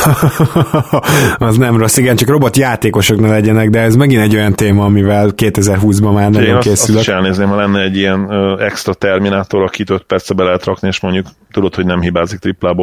Az nem rossz, igen, csak robotjátékosok ne legyenek, de ez megint egy olyan téma, amivel kétezer-húszban már nagyon én készülök. Azt is elnézném, ha lenne egy ilyen ö, extra terminátor, akit öt percbe be lehet rakni, és mondjuk tudod, hogy nem hibázik triplából.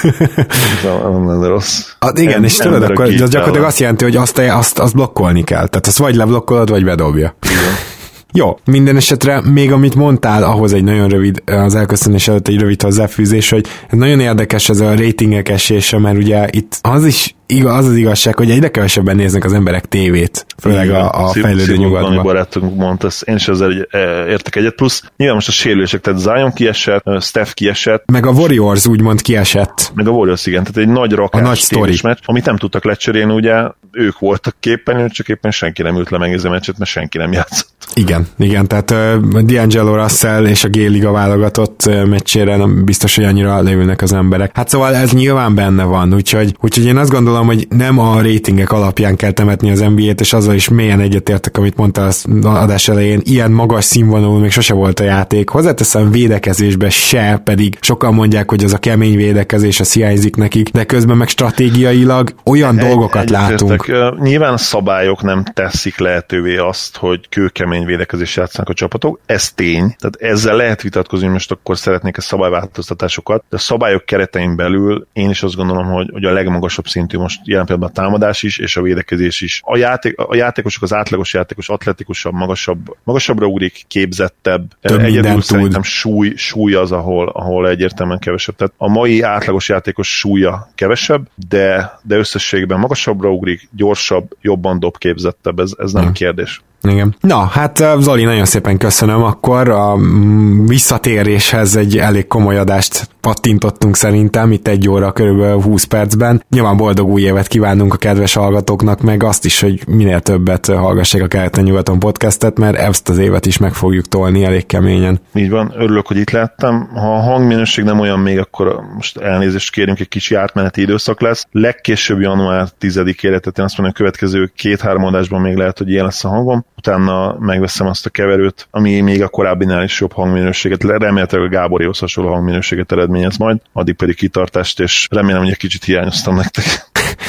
Nem lenne rossz. Hát igen, en, és tudod, akkor az gyakorlatilag azt jelenti, hogy azt, azt, azt blokkolni kell. Tehát azt vagy leblokkolod, vagy bedobja. Igen. Jó, minden esetre még amit mondtál, ahhoz egy nagyon rövid, az elköszönés előtt egy rövid hozzáfűzés, hogy nagyon érdekes ez a ratingek esése, mert ugye itt az is igaz, az az igazság, hogy egyre kevesebben néznek az emberek tévét, főleg a, a fejlődő nyugatban. Barátunk mondta, én is ezzel egy, értek egyet, plusz nyilván most a sérülések, tehát Zion kiesett, Steph kiesett. Meg a Warriors úgymond kiesett. Meg a Warriors, igen, tehát egy nagy rakás, a nagy sztori, meccs, amit nem tudtak lecserélni, ugye ők voltak képen, csak éppen senki nem ült le megnézni a meccset, mert senki nem játszott. Igen, igen, tehát uh, D'Angelo Russell és a G-liga válogatott uh, meccsére nem biztos, hogy annyira leülnek az emberek. Hát szóval ez nyilván benne van, úgyhogy, úgyhogy én azt gondolom, hogy nem a ratingek alapján kell temetni az en bé á-t, és azzal is mélyen egyetértek, amit mondtál az adás elején, ilyen magas színvonalú még sose volt a játék. Hozzáteszem, védekezésbe se, pedig sokan mondják, hogy az a kemény védekezés, az hiányzik nekik, de közben meg stratégiailag olyan egy, dolgokat látunk. Nyilván a szabályok nem teszik lehetővé azt, hogy kőkemény védekezés játszanak a csapatok, ez tény, tehát ezzel lehet vitatkozni, hogy most akkor szeretnék a szabályváltoztatásokat, de a szabályok keretein belül én is azt gondolom, hogy, hogy a legmagasabb szintű most ilyen például a támadás is, és a védekezés is. A, játék, a játékosok, az átlagos játékos atletikusabb, magasabb, magasabbra ugrik, képzettebb, több egyedül szerintem súly, súly az, ahol, ahol egyértelműen kevesebb. Tehát a mai átlagos játékos súlya kevesebb, de, de összességben magasabbra ugrik, gyorsabb, jobban dob, képzettebb, ez, ez nem hmm. kérdés. Igen. Na, hát Zoli, nagyon szépen köszönöm, akkor a visszatéréshez egy elég komoly adást pattintottunk szerintem, itt egy óra körülbelül húsz percben. Nyilván boldog új évet kívánunk a kedves hallgatóknak, meg azt is, hogy minél többet hallgassák a Keleten-nyugaton podcastet, mert ezt az évet is meg fogjuk tolni elég keményen. Így van, örülök, hogy itt láttam. Ha a hangminőség nem olyan még, akkor most elnézést kérünk, egy kicsi átmeneti időszak lesz. Legkésőbb január tizedikére, tehát én azt mondom, a következő két-három adásban még lehet, hogy ilyen lesz a hangom. Utána megveszem azt a keverőt, ami még a korábbinál is jobb hangminőséget, remélhetőleg a Gáborihoz hasonló hangminőséget eredményez majd, addig pedig kitartást, és remélem, hogy egy kicsit hiányoztam nektek.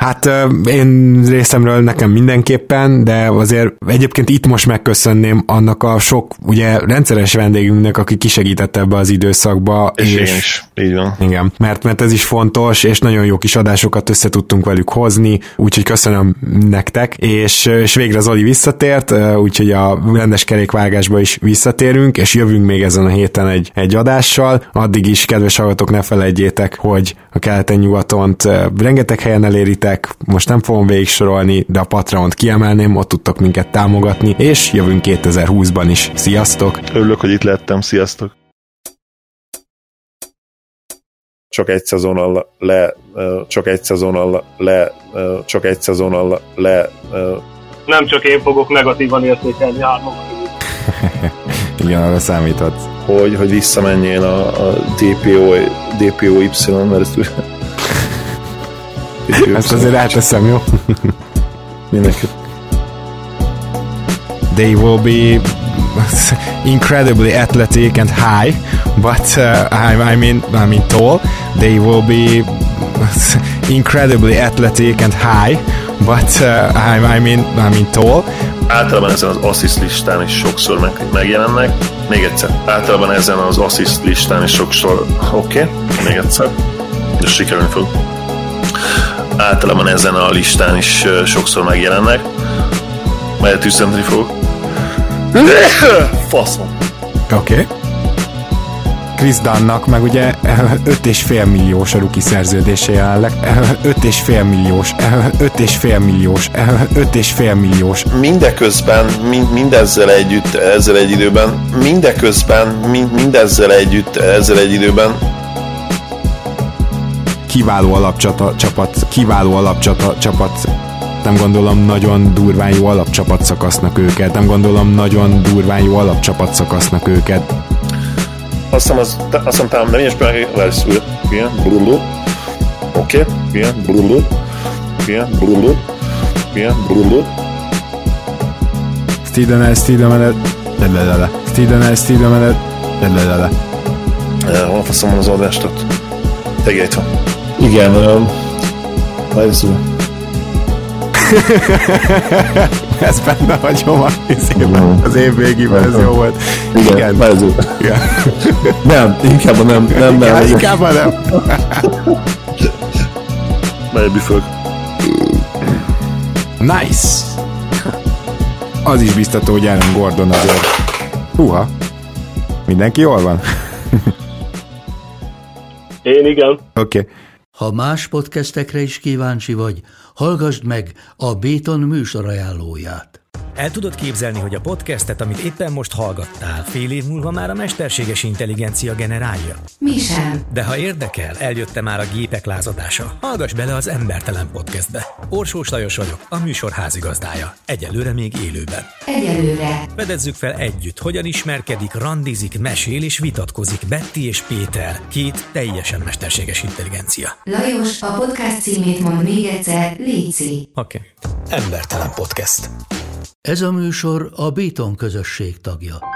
Hát én részemről nekem mindenképpen, de azért egyébként itt most megköszönném annak a sok ugye rendszeres vendégünknek, aki kisegített ebbe az időszakba. És, és én is, így van. Igen, mert, mert ez is fontos, és nagyon jó kis adásokat össze tudtunk velük hozni, úgyhogy köszönöm nektek, és, és végre Zoli visszatért, úgyhogy a rendes kerékvágásba is visszatérünk, és jövünk még ezen a héten egy, egy adással. Addig is, kedves hallgatók, ne felejtjétek, hogy a keleten-nyugatont rengeteg helyen eléritek, most nem fogom végigsorolni, de a Patreont kiemelném, ott tudtok minket támogatni, és jövünk kétezer-húszban is. Sziasztok! Örülök, hogy itt lettem, sziasztok! Csak egy szezonnal le, csak egy szezonnal le, csak egy szezonnal le. Nem csak én fogok negatívan értékelni hárman. Igen, arra számíthatsz. Hogy, hogy visszamenjél a, a dé pé o, dé pé o Y, mert ezt ezt azért elteszem, jó? Mindenki. They will be incredibly athletic and high, but uh, I, I mean, I mean tall. They will be incredibly athletic and high, but uh, I, I mean, I mean tall. Általában ezen az assist listán is sokszor meg, megjelennek. Még egyszer. Általában ezen az assist listán is sokszor... Oké, okay. Még egyszer. De sikerülni fog. Általában ezen a listán is uh, sokszor megjelennek. Melyet üzenni fog. Faszom. Oké. Okay. Chris Dunnnak meg ugye öt és fél milliós a rookie szerződése jelenleg. öt és fél milliós, öt és fél milliós, öt és fél milliós. Mindeközben, mind, mindezzel együtt, ezzel egy időben, mindeközben, mind, mindezzel együtt, ezzel egy időben. Kiváló alapcsapat, kiváló alapcsapat. Nem gondolom nagyon durván jó alapcsapat szakasznak őket. Nem gondolom nagyon durván jó alapcsapat szakasznak őket. Azt hiszem, az, azt hiszem, talán nem ilyesben lesz újra. Igen, blulul. Oké, igen, blulul. Igen, blulul. Igen, blulul. Steven, Steven, lelelele. Steven, Steven, lelelele. Hol faszom van az adást ott? Tegélyt van. Igen, um, ez újra. Ez benne hagyom a izében, az év végében, ez jó volt. Igen, igen. Igen. Nem, inkább nem, nem, nem. Ja, inkább nem. Melyebb föl. Nice. Az is biztató, hogy Aaron Gordon azért. Húha. Mindenki jól van? Én igen. Oké. Okay. Ha más podcastekre is kíváncsi vagy, hallgassd meg a Béton műsor ajánlóját. El tudod képzelni, hogy a podcastet, amit éppen most hallgattál, fél év múlva már a mesterséges intelligencia generálja? Mi sem. De ha érdekel, eljötte már a gépek lázadása. Hallgass bele az Embertelen Podcastbe. Orsós Lajos vagyok, a műsor házigazdája. Egyelőre még élőben. Egyelőre. Fedezzük fel együtt, hogyan ismerkedik, randizik, mesél és vitatkozik Betty és Péter, két teljesen mesterséges intelligencia. Lajos, a podcast címét mond még egyszer, léci. Oké. Okay. Embertelen Podcast. Ez a műsor a Béton közösség tagja.